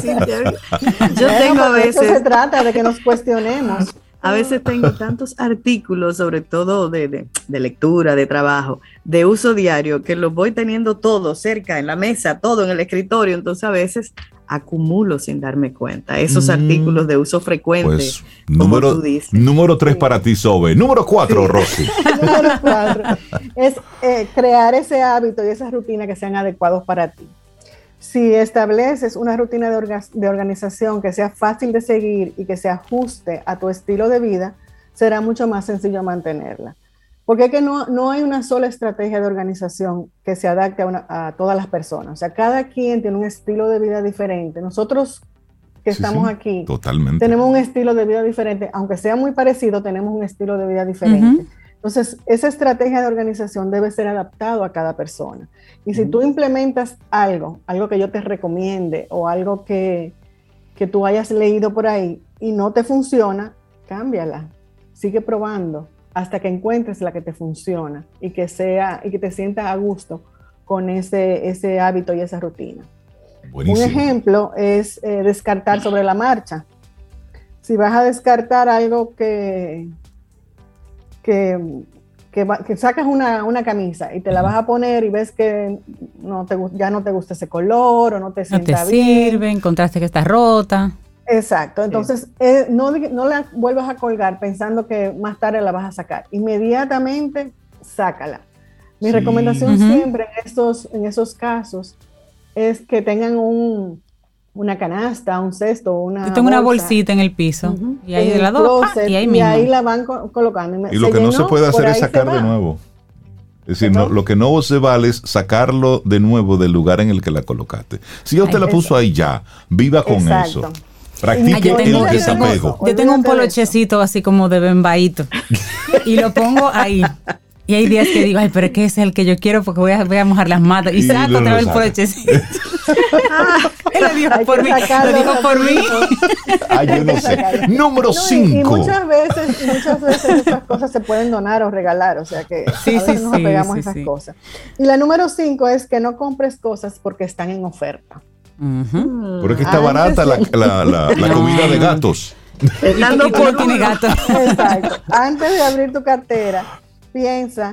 Yo tengo a veces... Eso se trata, de que nos cuestionemos. A veces tengo tantos artículos, sobre todo de lectura, de trabajo, de uso diario, que los voy teniendo todo cerca, en la mesa, todo en el escritorio. Entonces a veces acumulo sin darme cuenta esos artículos de uso frecuente. Pues como tú dices. número 3 para ti, Sobe. Número 4, Rosy. Número 4 es crear ese hábito y esa rutina que sean adecuados para ti. Si estableces una rutina de organización que sea fácil de seguir y que se ajuste a tu estilo de vida, será mucho más sencillo mantenerla. Porque es que no hay una sola estrategia de organización que se adapte a todas las personas. O sea, cada quien tiene un estilo de vida diferente. Nosotros que estamos aquí, totalmente. tenemos un estilo de vida diferente. Aunque sea muy parecido, tenemos un estilo de vida diferente. Entonces, esa estrategia de organización debe ser adaptada a cada persona. Y si tú implementas algo que yo te recomiende o algo que tú hayas leído por ahí y no te funciona, cámbiala. Sigue probando hasta que encuentres la que te funciona y que te sientas a gusto con ese hábito y esa rutina. Buenísimo. Un ejemplo es descartar sobre la marcha. Si vas a descartar algo que sacas una camisa y te la vas a poner y ves que ya no te gusta ese color o no te sienta bien. No te sirve, encontraste que está rota. Exacto, entonces no la vuelvas a colgar pensando que más tarde la vas a sacar. Inmediatamente sácala. Mi recomendación siempre en esos casos es que tengan una canasta, un cesto, Yo tengo una bolsita en el piso y ahí de la dos y ahí mismo. Y ahí la van colocando. Y lo que no se puede hacer es sacar de nuevo. Es decir, lo que no se vale es sacarlo de nuevo del lugar en el que la colocaste. Si ya usted la puso ahí ya, viva con eso. Practique el desapego. Yo tengo un polochecito así como de bembaíto y lo pongo ahí. Y hay días que digo, ay, pero es que ese es el que yo quiero porque voy a mojar las matas. Y saco otra vez el polochecito. Él lo dijo por mí. Lo dijo por mí. Ay, yo no sé. Número 5. Y muchas veces esas cosas se pueden donar o regalar. O sea que a veces nos apegamos a esas cosas. Y la número 5 es que no compres cosas porque están en oferta. Pero es que está barata la comida de gatos. Y tú no tienes gato. Exacto. Antes de abrir tu cartera, piensa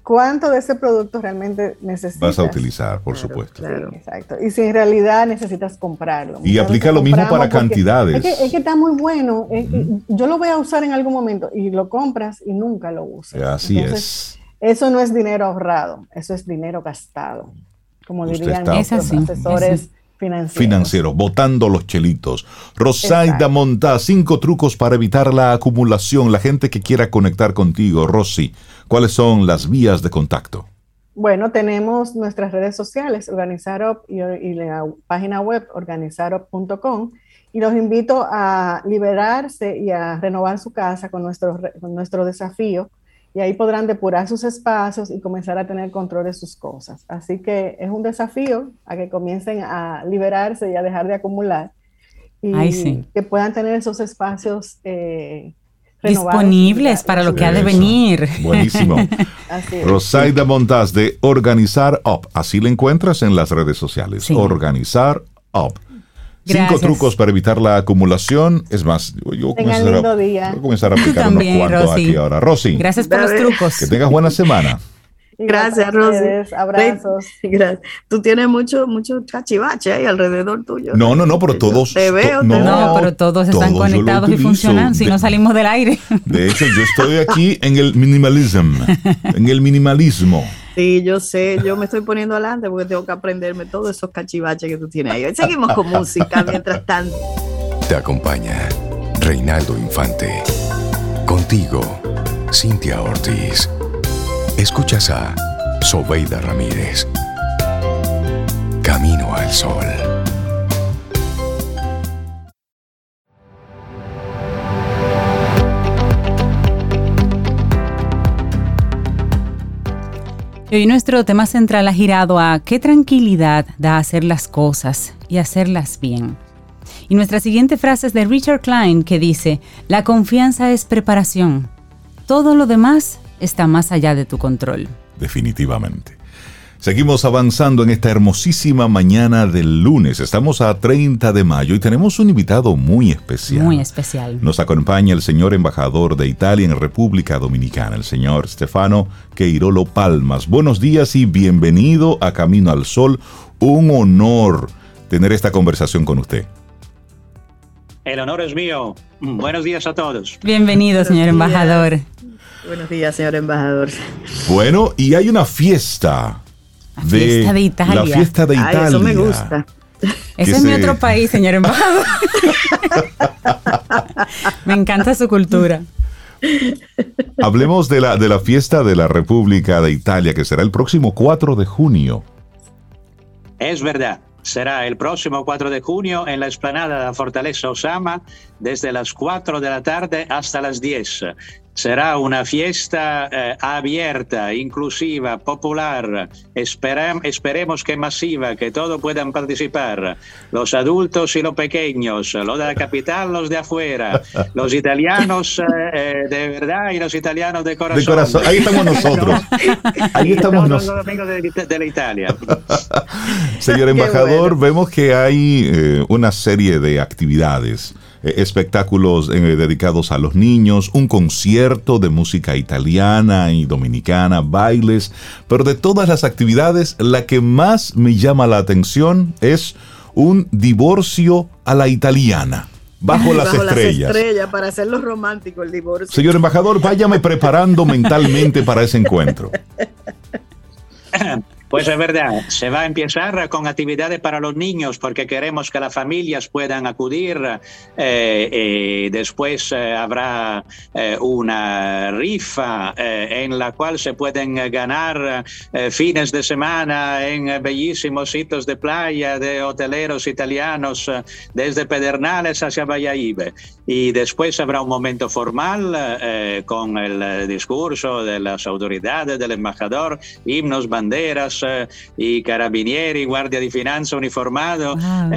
cuánto de ese producto realmente necesitas. Vas a utilizar, por supuesto. Claro. Sí, exacto. Y si en realidad necesitas comprarlo. Y aplica lo mismo para cantidades. Es que está muy bueno. Yo lo voy a usar en algún momento y lo compras y nunca lo usas. Así es. Eso no es dinero ahorrado, eso es dinero gastado. Como dirían nuestros asesores financieros, botando los chelitos. Rosaida Montaz, 5 trucos para evitar la acumulación. La gente que quiera conectar contigo, Rosy, ¿cuáles son las vías de contacto? Bueno, tenemos nuestras redes sociales, Organizarup, y la página web organizarup.com, y los invito a liberarse y a renovar su casa con nuestro desafío, y ahí podrán depurar sus espacios y comenzar a tener control de sus cosas. Así que es un desafío a que comiencen a liberarse y a dejar de acumular y que puedan tener esos espacios disponibles para lo que ha de venir. Buenísimo. Rosaida Montaz de Organizar Up. Así la encuentras en las redes sociales. Sí. Organizar Up. Gracias. 5 trucos para evitar la acumulación. Es más, yo voy a comenzar a aplicar unos cuantos aquí ahora. Rosy. Gracias por los trucos. Que tengas buena semana. Gracias, Rosy. Abrazos. Gracias. Tú tienes mucho cachivache ahí alrededor tuyo. No, pero todos. Te veo. Pero todos están conectados y funcionan. Si no salimos del aire. De hecho, yo estoy aquí en el minimalismo. Sí, yo sé, yo me estoy poniendo adelante porque tengo que aprenderme todos esos cachivaches que tú tienes ahí. Seguimos con música mientras tanto. Te acompaña Reinaldo Infante. Contigo, Cintia Ortiz. Escuchas a Sobeida Ramírez. Camino al Sol. Y hoy nuestro tema central ha girado a qué tranquilidad da hacer las cosas y hacerlas bien. Y nuestra siguiente frase es de Richard Klein, que dice: la confianza es preparación. Todo lo demás está más allá de tu control. Definitivamente. Seguimos avanzando en esta hermosísima mañana del lunes. Estamos a 30 de mayo y tenemos un invitado muy especial. Muy especial. Nos acompaña el señor embajador de Italia en República Dominicana, el señor Stefano Queirolo Palmas. Buenos días y bienvenido a Camino al Sol. Un honor tener esta conversación con usted. El honor es mío. Buenos días a todos. Bienvenido, señor embajador. Buenos días, señor embajador. Bueno, y hay una fiesta. La fiesta de Italia. La fiesta de Italia. Eso me gusta. Ese es mi otro país, señor embajador. Me encanta su cultura. Hablemos de la fiesta de la República de Italia, que será el próximo 4 de junio. Es verdad. Será el próximo 4 de junio en la explanada de la Fortaleza Osama, desde las 4 de la tarde hasta las 10. Será una fiesta abierta, inclusiva, popular. Esperemos que masiva, que todos puedan participar. Los adultos y los pequeños, los de la capital, los de afuera, los italianos de verdad y los italianos de corazón. De corazón. Ahí estamos nosotros. Ahí estamos nosotros. Los amigos de la Italia. Señor embajador, vemos que hay una serie de actividades. Espectáculos dedicados a los niños, un concierto de música italiana y dominicana, bailes, pero de todas las actividades, la que más me llama la atención es un divorcio a la italiana, bajo las estrellas. Para hacerlo romántico el divorcio. Señor embajador, váyame preparando mentalmente para ese encuentro. Pues es verdad, se va a empezar con actividades para los niños porque queremos que las familias puedan acudir. Después habrá una rifa en la cual se pueden ganar fines de semana en bellísimos sitios de playa de hoteleros italianos desde Pedernales hacia Valladolid. Y después habrá un momento formal con el discurso de las autoridades, del embajador, himnos, banderas, i carabinieri, guardia di finanza uniformado,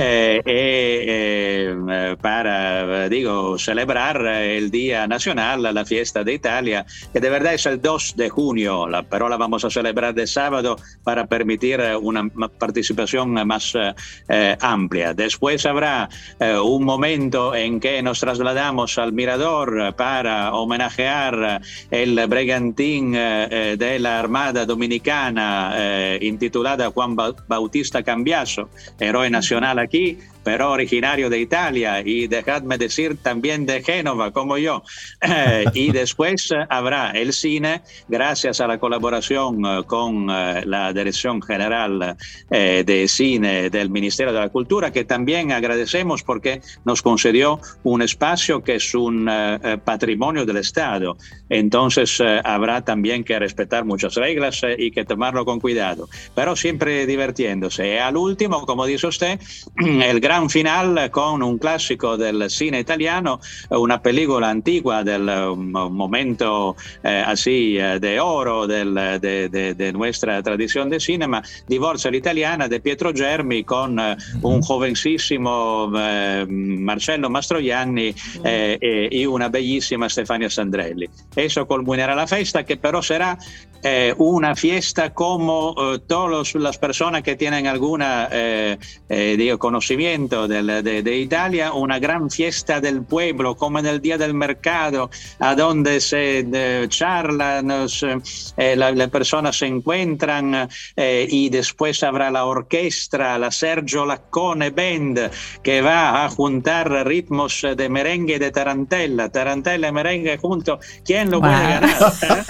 para, celebrar el Día Nacional, la fiesta de Italia, que de verdad es el 2 de junio, pero la vamos a celebrar de sábado para permitir una participación más amplia. Después habrá un momento en que nos trasladamos al Mirador para homenajear el Bregantín de la Armada Dominicana, intitulada Juan Bautista Cambiaso, héroe nacional aquí, pero originario de Italia y dejadme decir también de Génova, como yo. Y después habrá el cine, gracias a la colaboración con la Dirección General de Cine del Ministerio de la Cultura, que también agradecemos porque nos concedió un espacio que es un patrimonio del Estado. Entonces habrá también que respetar muchas reglas y que tomarlo con cuidado, pero siempre divirtiéndose. Y al último, como dice usted, el gran final con un clásico del cine italiano, una película antigua del momento así de oro de nuestra tradición de cinema, Divorcia l'Italiana de Pietro Germi, con un jovencísimo Marcello Mastroianni y una bellísima Stefania Sandrelli. Eso culminará la fiesta, que pero será una fiesta como todas las personas que tienen alguna conocimiento de Italia, una gran fiesta del pueblo, como en el Día del Mercado, a donde se charlan, las personas se encuentran, y después habrá la orquesta, la Sergio Laccone Band, que va a juntar ritmos de merengue y de tarantella y merengue juntos. ¿Quién lo puede ganar?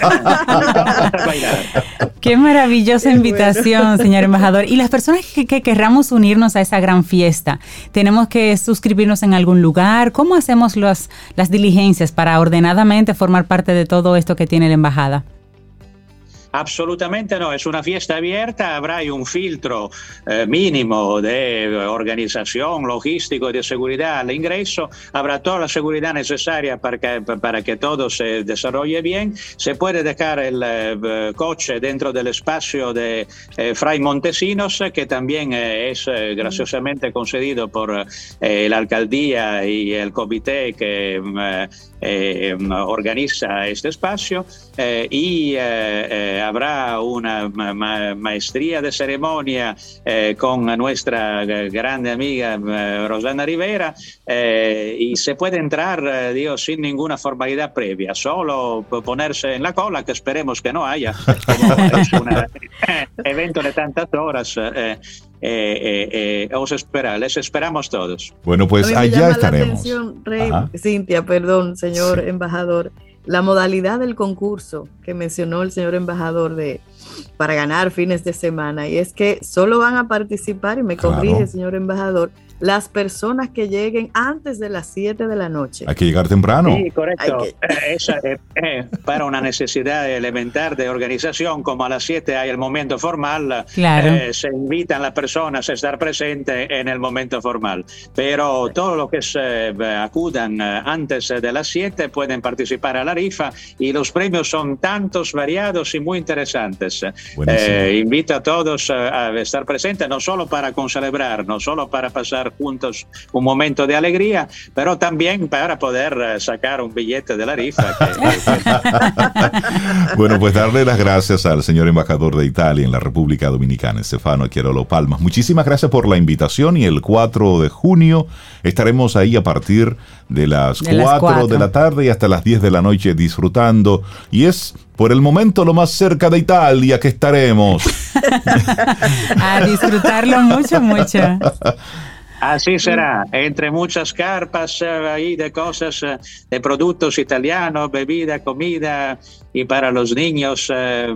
Qué maravillosa invitación, señor embajador. Y las personas que querramos unirnos a esa gran fiesta, ¿tenemos que suscribirnos en algún lugar? ¿Cómo hacemos las diligencias para ordenadamente formar parte de todo esto que tiene la embajada? Absolutamente no, es una fiesta abierta, habrá un filtro mínimo de organización, logístico y de seguridad al ingreso, habrá toda la seguridad necesaria para que todo se desarrolle bien. Se puede dejar el coche dentro del espacio de Fray Montesinos, que también es graciosamente concedido por la alcaldía y el comité que organiza este espacio, y habrá una maestría de ceremonia con nuestra grande amiga Rosana Rivera, y se puede entrar sin ninguna formalidad previa, solo ponerse en la cola, que esperemos que no haya, como es un evento de tantas horas. Les esperamos todos. Bueno, pues allá estaremos. Rey, Cintia, perdón, señor embajador, la modalidad del concurso que mencionó el señor embajador para ganar fines de semana, y es que solo van a participar, y me corrige, señor embajador, las personas que lleguen antes de las 7 de la noche. Hay que llegar temprano. Sí, correcto. Esa, para una necesidad elemental de organización, como a las 7 hay el momento formal, claro. Se invitan las personas a estar presentes en el momento formal. Pero todo lo que acudan antes de las 7 pueden participar a la rifa, y los premios son tantos, variados y muy interesantes. Invito a todos a estar presentes, no solo para concelebrar, no solo para pasar juntos un momento de alegría, pero también para poder sacar un billete de la rifa. Bueno, pues darle las gracias al señor embajador de Italia en la República Dominicana, Stefano Chiarolo Palmas. Muchísimas gracias por la invitación, y el 4 de junio estaremos ahí a partir de las 4 de la tarde y hasta las 10 de la noche disfrutando, y es por el momento lo más cerca de Italia que estaremos. A disfrutarlo mucho, mucho. Así será, entre muchas carpas ahí de cosas, de productos italianos, bebida, comida, y para los niños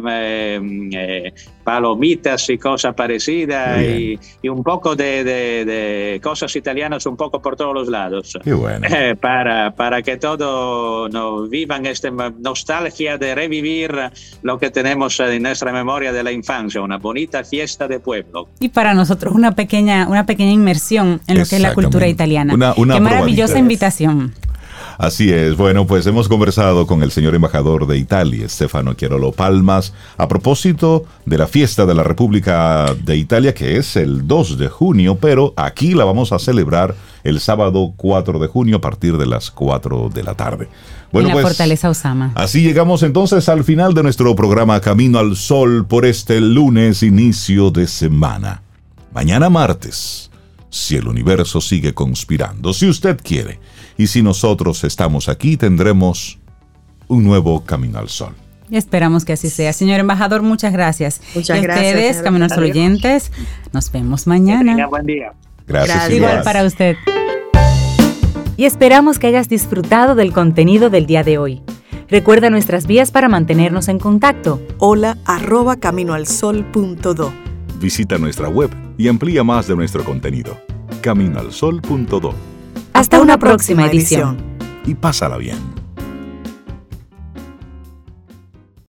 palomitas y cosas parecidas, y un poco de cosas italianas un poco por todos los lados. Qué bueno. Para que todos vivan esta nostalgia de revivir lo que tenemos en nuestra memoria de la infancia, una bonita fiesta de pueblo. Y para nosotros una pequeña inmersión en lo que es la cultura italiana. Qué maravillosa invitación. Así es. Bueno, pues hemos conversado con el señor embajador de Italia, Stefano Chiarolo Palmas, a propósito de la fiesta de la República de Italia, que es el 2 de junio, pero aquí la vamos a celebrar el sábado 4 de junio a partir de las 4 de la tarde. Bueno, en la Fortaleza Osama. Así llegamos entonces al final de nuestro programa Camino al Sol por este lunes, inicio de semana. Mañana martes, si el universo sigue conspirando, si usted quiere, y si nosotros estamos aquí, tendremos un nuevo Camino al Sol. Esperamos que así sea. Señor embajador, muchas gracias. Muchas y gracias. Ustedes, Camino al Sol oyentes, nos vemos mañana. Tenga buen día. Gracias. Igual para usted. Y esperamos que hayas disfrutado del contenido del día de hoy. Recuerda nuestras vías para mantenernos en contacto. hola@caminoalsol.do. Visita nuestra web y amplía más de nuestro contenido. Caminoalsol.do. Hasta una próxima edición. Y pásala bien.